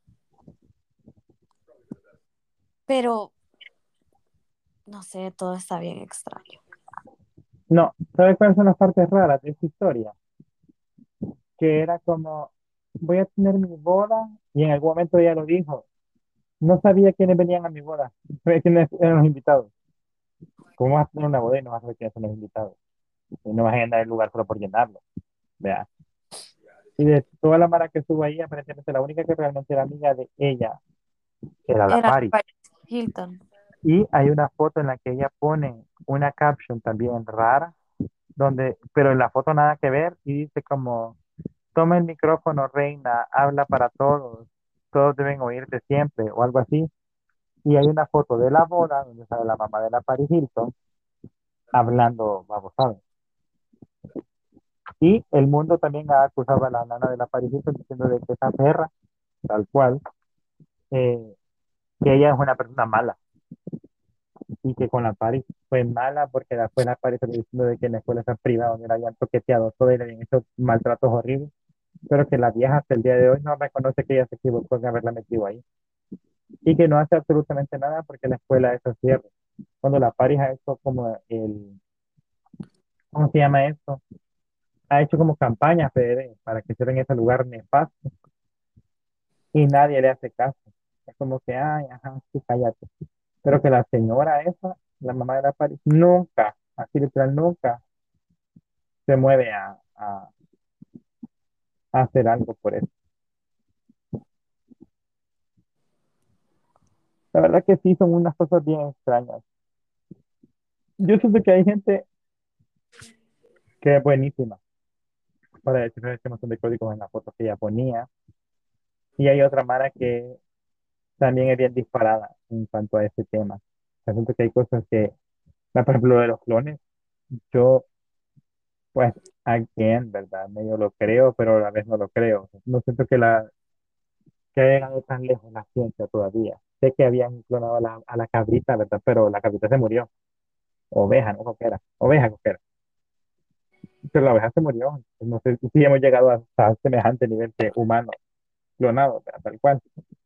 pero no sé, todo está bien extraño. No, ¿sabes cuáles son las partes raras de esta historia? Que era como, voy a tener mi boda, y en algún momento ella lo dijo, no sabía quiénes venían a mi boda, no sabía quiénes eran los invitados. ¿Cómo vas a tener una boda y no vas a saber quiénes son los invitados? Y no vas a llenar el lugar solo por llenarlo. Vea. Y de toda la mara que estuvo ahí, aparentemente la única que realmente era amiga de ella era la Era Paris. Paris Hilton. Y hay una foto en la que ella pone una caption también rara, donde, pero en la foto nada que ver, y dice como, toma el micrófono, reina, habla para todos, todos deben oírte siempre, o algo así. Y hay una foto de la boda, donde sale la mamá de la Paris Hilton, hablando, vamos a ver. Y el mundo también ha acusado a la nana de la Paris Hilton diciendo de que esa perra, tal cual, eh, que ella es una persona mala y que con la Paris fue mala porque después la Paris salió diciendo de que en la escuela esa privada donde la habían toqueteado todo y le habían hecho maltratos horribles, pero que la vieja hasta el día de hoy no reconoce que ella se equivocó en haberla metido ahí y que no hace absolutamente nada porque la escuela es cierre. Cuando la Paris ha hecho como el, ¿cómo se llama esto? Ha hecho como campañas P D D para que cierren ese lugar nefasto y nadie le hace caso. Es como que, ay, ajá, sí, cállate. Pero que la señora esa, la mamá de la Paris, nunca, así literal, nunca se mueve a, a- a hacer algo por eso. La verdad que sí, son unas cosas bien extrañas. Yo siento que hay gente que es buenísima para decir este montón de códigos en la foto que ella ponía. Y hay otra Mara que también es bien disparada en cuanto a ese tema. Yo siento que hay cosas que, por ejemplo, lo de los clones, yo, pues, again, ¿verdad? Medio lo creo, pero a la vez no lo creo. No siento que la que haya llegado tan lejos la ciencia todavía. Sé que habían clonado a la, a la cabrita, ¿verdad? Pero la cabrita se murió. Oveja, no coquera. Oveja coquera. Pero la oveja se murió. No sé si hemos llegado hasta semejante nivel de humano clonado, ¿verdad? Tal cual.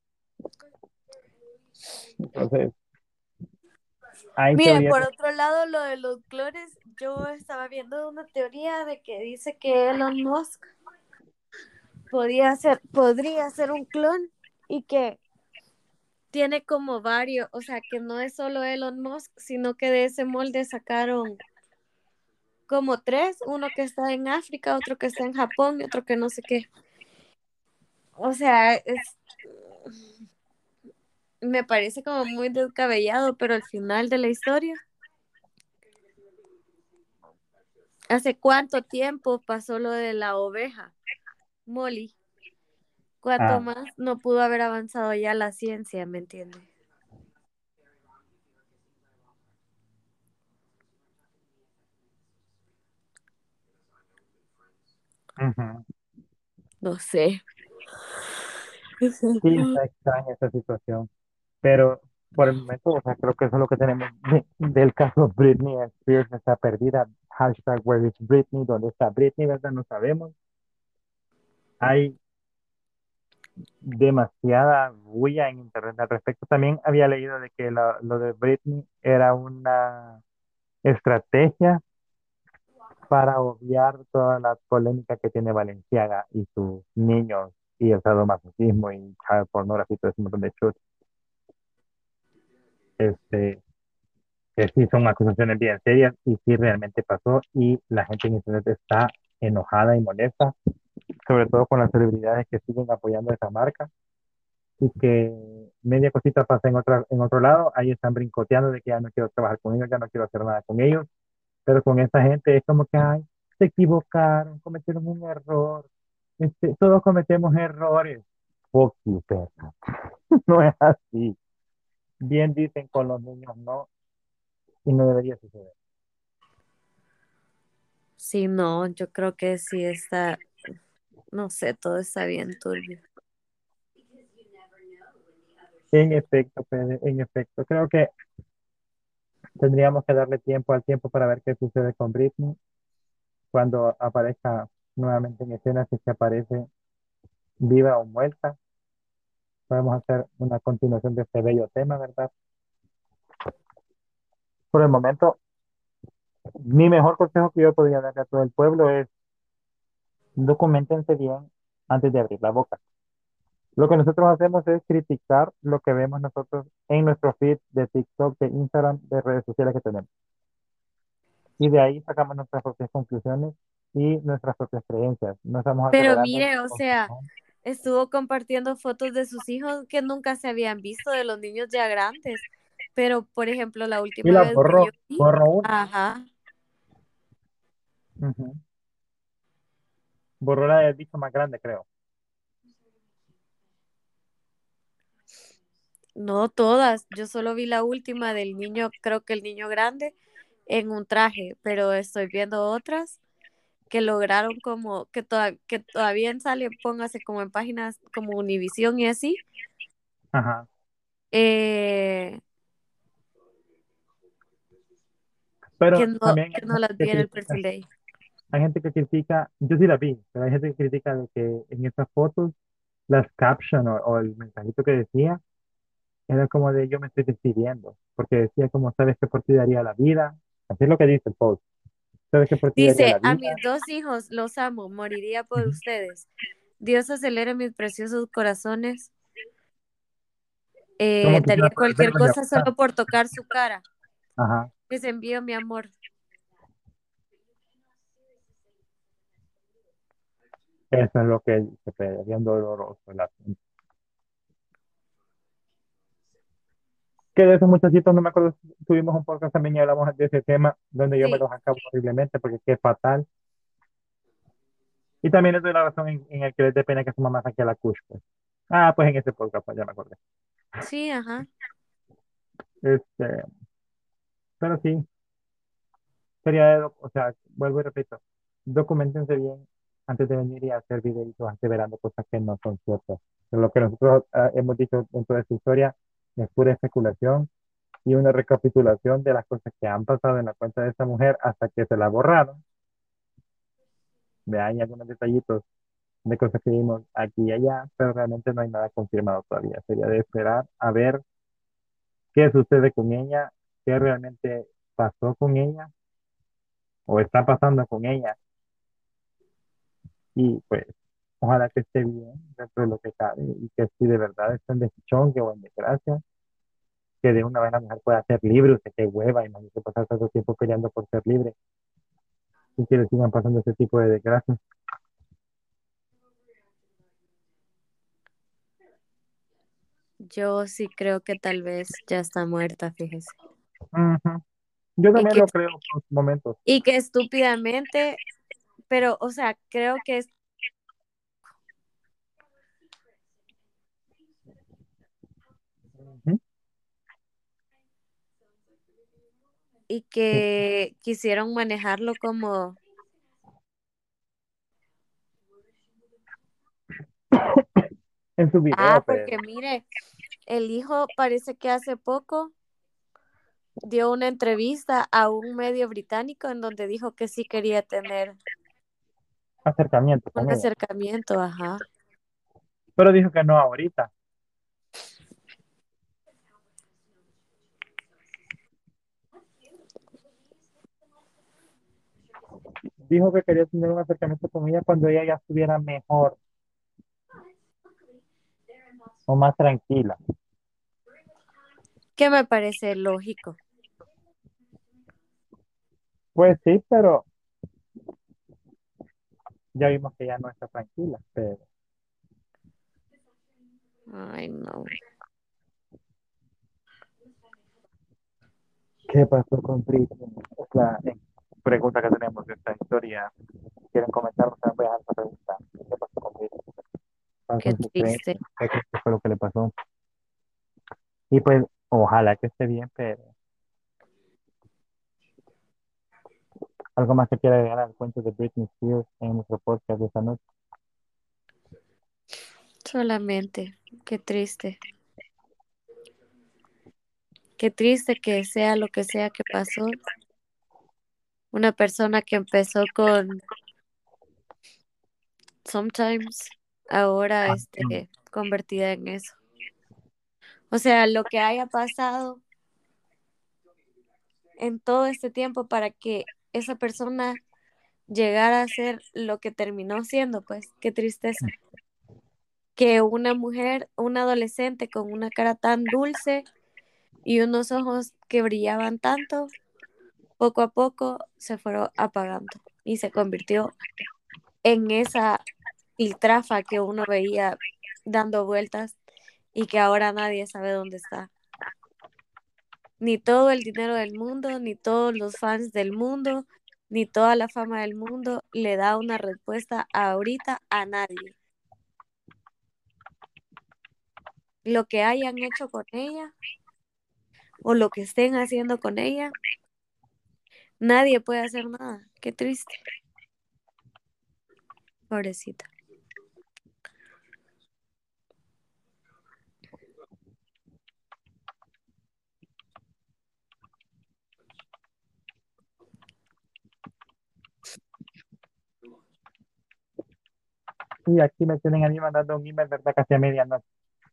Entonces, hay Mire, teorías por de... otro lado, lo de los clones, yo estaba viendo una teoría de que dice que Elon Musk podía ser, podría ser un clon y que tiene como varios, o sea, que no es solo Elon Musk, sino que de ese molde sacaron como tres, uno que está en África, otro que está en Japón y otro que no sé qué. O sea, es, me parece como muy descabellado, pero al final de la historia, ¿hace cuánto tiempo pasó lo de la oveja, Molly? ¿Cuánto Ah, más no pudo haber avanzado ya la ciencia, me entiende? ujú. No sé. Sí, está extraña esa situación. Pero por el momento, o sea, creo que eso es lo que tenemos de- del caso Britney Spears, está perdida. Hashtag Where is Britney? ¿Dónde está Britney? ¿Verdad? No sabemos. Hay demasiada bulla en internet al respecto. También había leído de que la- lo de Britney era una estrategia para obviar toda la polémica que tiene Valenciaga y sus niños y el sadomasoquismo y child pornography y todo ese montón de shows. Este, que sí son acusaciones bien serias y sí realmente pasó y la gente en internet está enojada y molesta, sobre todo con las celebridades que siguen apoyando esa marca y que media cosita pasa en otra, en otro lado, ahí están brincoteando de que ya no quiero trabajar con ellos, ya no quiero hacer nada con ellos, pero con esa gente es como que, ay, se equivocaron, cometieron un error, este, todos cometemos errores. Fuck you, perra. No es así. Bien dicen con los niños no, y no debería suceder. Sí, no, yo creo que sí está, no sé, todo está bien turbio. En efecto, Pede, en efecto, creo que tendríamos que darle tiempo al tiempo para ver qué sucede con Britney cuando aparezca nuevamente en escena, si es que aparece viva o muerta. Podemos hacer una continuación de este bello tema, ¿verdad? Por el momento, mi mejor consejo que yo podría darle a todo el pueblo es documentense bien antes de abrir la boca. Lo que nosotros hacemos es criticar lo que vemos nosotros en nuestro feed de TikTok, de Instagram, de redes sociales que tenemos. Y de ahí sacamos nuestras propias conclusiones y nuestras propias creencias. No estamos Pero asegurando. mire, o sea, estuvo compartiendo fotos de sus hijos que nunca se habían visto, de los niños ya grandes. Pero, por ejemplo, la Y última la vez que yo borró, vi, borró una. ajá, Ujú. Borró la del bicho más grande, creo. no todas, yo solo vi la última del niño, creo que el niño grande, en un traje, pero estoy viendo otras que lograron como, que, toda- que todavía sale, póngase como en páginas como Univisión y así, Ajá. eh, que Pero no, también que hay no gente las que vi en el critica, perfil de ahí. hay gente que critica, yo sí la vi, pero hay gente que critica de que en esas fotos, las caption o, o el mensajito que decía, era como de yo me estoy despidiendo, porque decía como, sabes que por ti daría la vida, así es lo que dice el post, sabes que por ti daría Dice, la a vida. mis dos hijos los amo, moriría por Ujú. ustedes. Dios acelere mis preciosos corazones. Eh, Como daría quisiera poder cualquier verlos y cosa abrazar. solo por tocar su cara. Ajá, Les envío mi amor. eso es lo que dice, pero bien doloroso el asunto. Que de esos muchachitos, no me acuerdo, si tuvimos un podcast también y hablamos de ese tema, donde yo me Sí, los acabo horriblemente porque qué fatal. Y también les doy la razón en, en el que les dé pena que su mamá saque a la Kush, pues. Ah, pues en ese podcast, pues ya me acordé. sí, ajá. Este, pero sí, sería, de- o sea, vuelvo y repito. documentense bien antes de venir y hacer videitos aseverando cosas que no son ciertas. Pero lo que nosotros ah, hemos dicho en toda esta historia es pura especulación y una recapitulación de las cosas que han pasado en la cuenta de esta mujer hasta que se la borraron. Vean algunos detallitos de cosas que vimos aquí y allá, pero realmente no hay nada confirmado todavía. Sería de esperar a ver qué sucede con ella, qué realmente pasó con ella o está pasando con ella. Y pues, ojalá que esté bien dentro de lo que cabe y que si de verdad está en deschongue o en desgracia, que de una vez la mujer pueda ser libre. Usted qué hueva, imagínese pasar tanto tiempo peleando por ser libre y que le sigan pasando ese tipo de desgracias. Yo sí creo que tal vez ya está muerta, fíjese. Ujú. Yo Y también que, lo creo por momentos. y que estúpidamente, pero, o sea, creo que es, Ujú. y Sí. que quisieron manejarlo como, En su video, ah, pero porque mire, el hijo parece que hace poco dio una entrevista a un medio británico en donde dijo que sí quería tener acercamiento un con ella. acercamiento, ajá. Pero dijo que no ahorita. Dijo que quería tener un acercamiento con ella cuando ella ya estuviera mejor o más tranquila. Que me parece lógico. Pues sí, pero ya vimos que ya no está tranquila. Pero, Ay, no. ¿qué pasó con Britney? Es la eh, pregunta que tenemos de esta historia. ¿Quieren comentar? O sea, voy a dejar esta pregunta. ¿Qué pasó con Britney? ¿Cuáles Qué son sus creencias? triste, ¿Qué crees que fue lo que le pasó? Y pues, ojalá que esté bien, pero algo más que quiera agregar al cuento de Britney Spears en nuestro podcast de esta noche. solamente. Qué triste. Qué triste que sea lo que sea que pasó. Una persona que empezó con Sometimes, ahora Mm. este, convertida en eso. O sea, lo que haya pasado en todo este tiempo para que esa persona llegara a ser lo que terminó siendo, pues qué tristeza. Que una mujer, una adolescente con una cara tan dulce y unos ojos que brillaban tanto, poco a poco se fueron apagando y se convirtió en esa piltrafa que uno veía dando vueltas y que ahora nadie sabe dónde está. Ni todo el dinero del mundo, ni todos los fans del mundo, ni toda la fama del mundo le da una respuesta ahorita a nadie. Lo que hayan hecho con ella o lo que estén haciendo con ella, nadie puede hacer nada. Qué triste, pobrecita. Y aquí me tienen a mí mandando un email, ¿verdad? Casi a medianoche.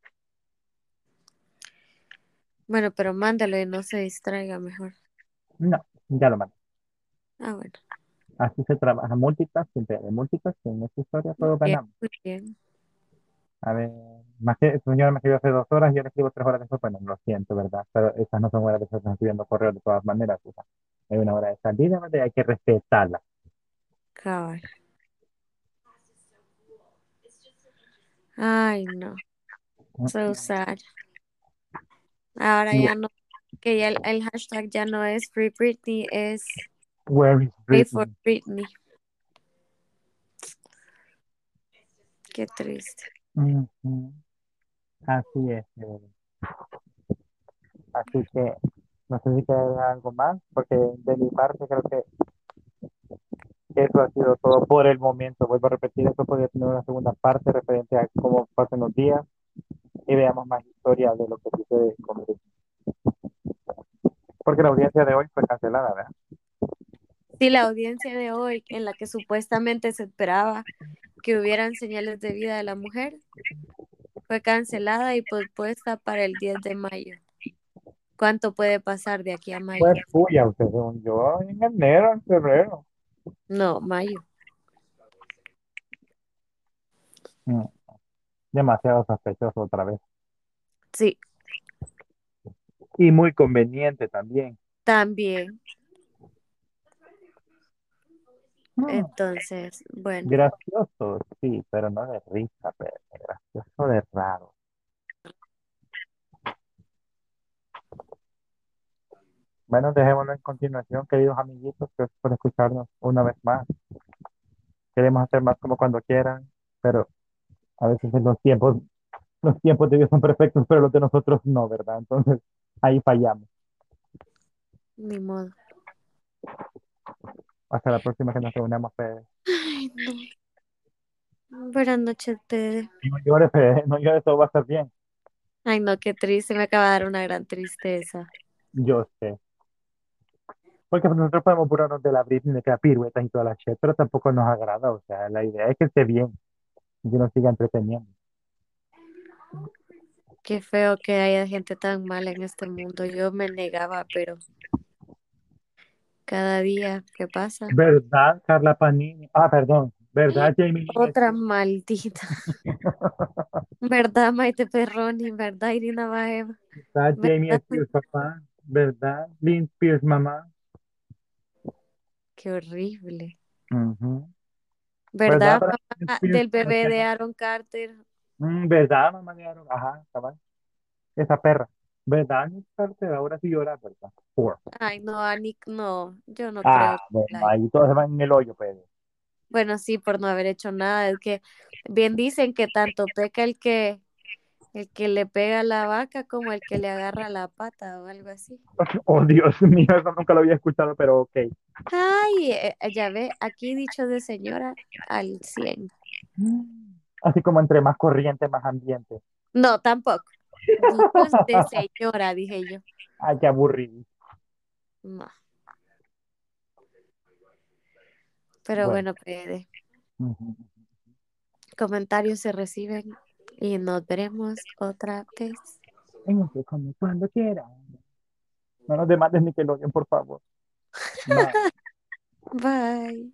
Bueno, pero mándalo y no se distraiga mejor. No, ya lo mandé. Ah, bueno. Así se trabaja multitasking, pero multitasking en esta historia Muy todos bien, ganamos. muy bien. A ver, más que el señor me escribió hace dos horas y yo le escribo tres horas después. Bueno, lo siento, ¿verdad? Pero esas no son horas de estar escribiendo correo de todas maneras. O sea, hay una hora de salida, ¿verdad? Y hay que respetarla. Cabal. Ay, no. So sad. Ahora Y, ya no, que ya el, el hashtag ya no es Free Britney, es where is Pay for Britney? Britney. Qué triste. Ujú. Así es. eh, Así que no sé si queda algo más, porque de mi parte creo que Eso ha sido todo por el momento. Vuelvo a repetir, esto podría tener una segunda parte referente a cómo pasan los días y veamos más historia de lo que sucede con Britney. Porque la audiencia de hoy fue cancelada, ¿verdad? Sí, la audiencia de hoy, en la que supuestamente se esperaba que hubieran señales de vida de la mujer, fue cancelada y pospuesta para el diez de mayo. ¿Cuánto puede pasar de aquí a Fue mayo? puya, usted, según yo, en enero, en febrero. No, mayo. Mm, demasiado sospechoso otra vez. Sí, Y muy conveniente también. también. Mm, Entonces, bueno, gracioso, sí, pero no de risa, pero gracioso de raro. Bueno, dejémoslo en continuación, queridos amiguitos, gracias por escucharnos una vez más. Queremos hacer más como cuando quieran, pero a veces en los tiempos, los tiempos de Dios son perfectos, pero los de nosotros no, ¿verdad? Entonces, ahí fallamos. ni modo. Hasta la próxima que nos reunamos, Fede. Ay, no. Buenas noches, Ted. No llores, Fede, no llores, todo va a estar bien. Ay, no, qué triste, me acaba de dar una gran tristeza. Yo sé. Porque pues, nosotros podemos burlarnos de la Britney, de que la pirueta y toda la shit, pero tampoco nos agrada. O sea, la idea es que esté bien y que nos siga entreteniendo. Qué feo que haya gente tan mala en este mundo. Yo me negaba, pero cada día que pasa, ¿Verdad, Carla Panini? Ah, perdón. ¿Verdad, Jamie Lynn otra Spears? maldita. ¿Verdad, Maite Perroni? ¿Verdad, Irina Baeva? ¿Verdad, Jamie ¿Verdad? Spears, papá? ¿Verdad, Lynn Spears, mamá? Qué horrible. Ujú. ¿Verdad, ¿Verdad, para Lynn mamá Spears? del bebé de Aaron Carter? Mm, ¿verdad, mamá de Aaron? Ajá, cabal. Esa perra. ¿Verdad, Nick Carter? Ahora sí llora, ¿verdad? Poor. Ay, no, Anik, no, yo no Ah, creo que bueno, la haya- ahí todos se van en el hoyo, pues. Bueno, sí, por no haber hecho nada. Es que bien dicen que tanto peca el que el que le pega a la vaca como el que le agarra la pata o algo así. Oh, Dios mío, eso nunca lo había escuchado, pero ok. Ay, eh, eh, ya ve, aquí dicho de señora al cien. Mm. Así como entre más corriente, más ambiente. No, tampoco. Dichos de señora, dije yo. Ay, qué aburrido. No, pero Bueno, bueno, pues, ujú. comentarios se reciben y nos veremos otra vez. En ese como cuando quiera. No nos demandes Nickelodeon, por favor. Bye. Bye.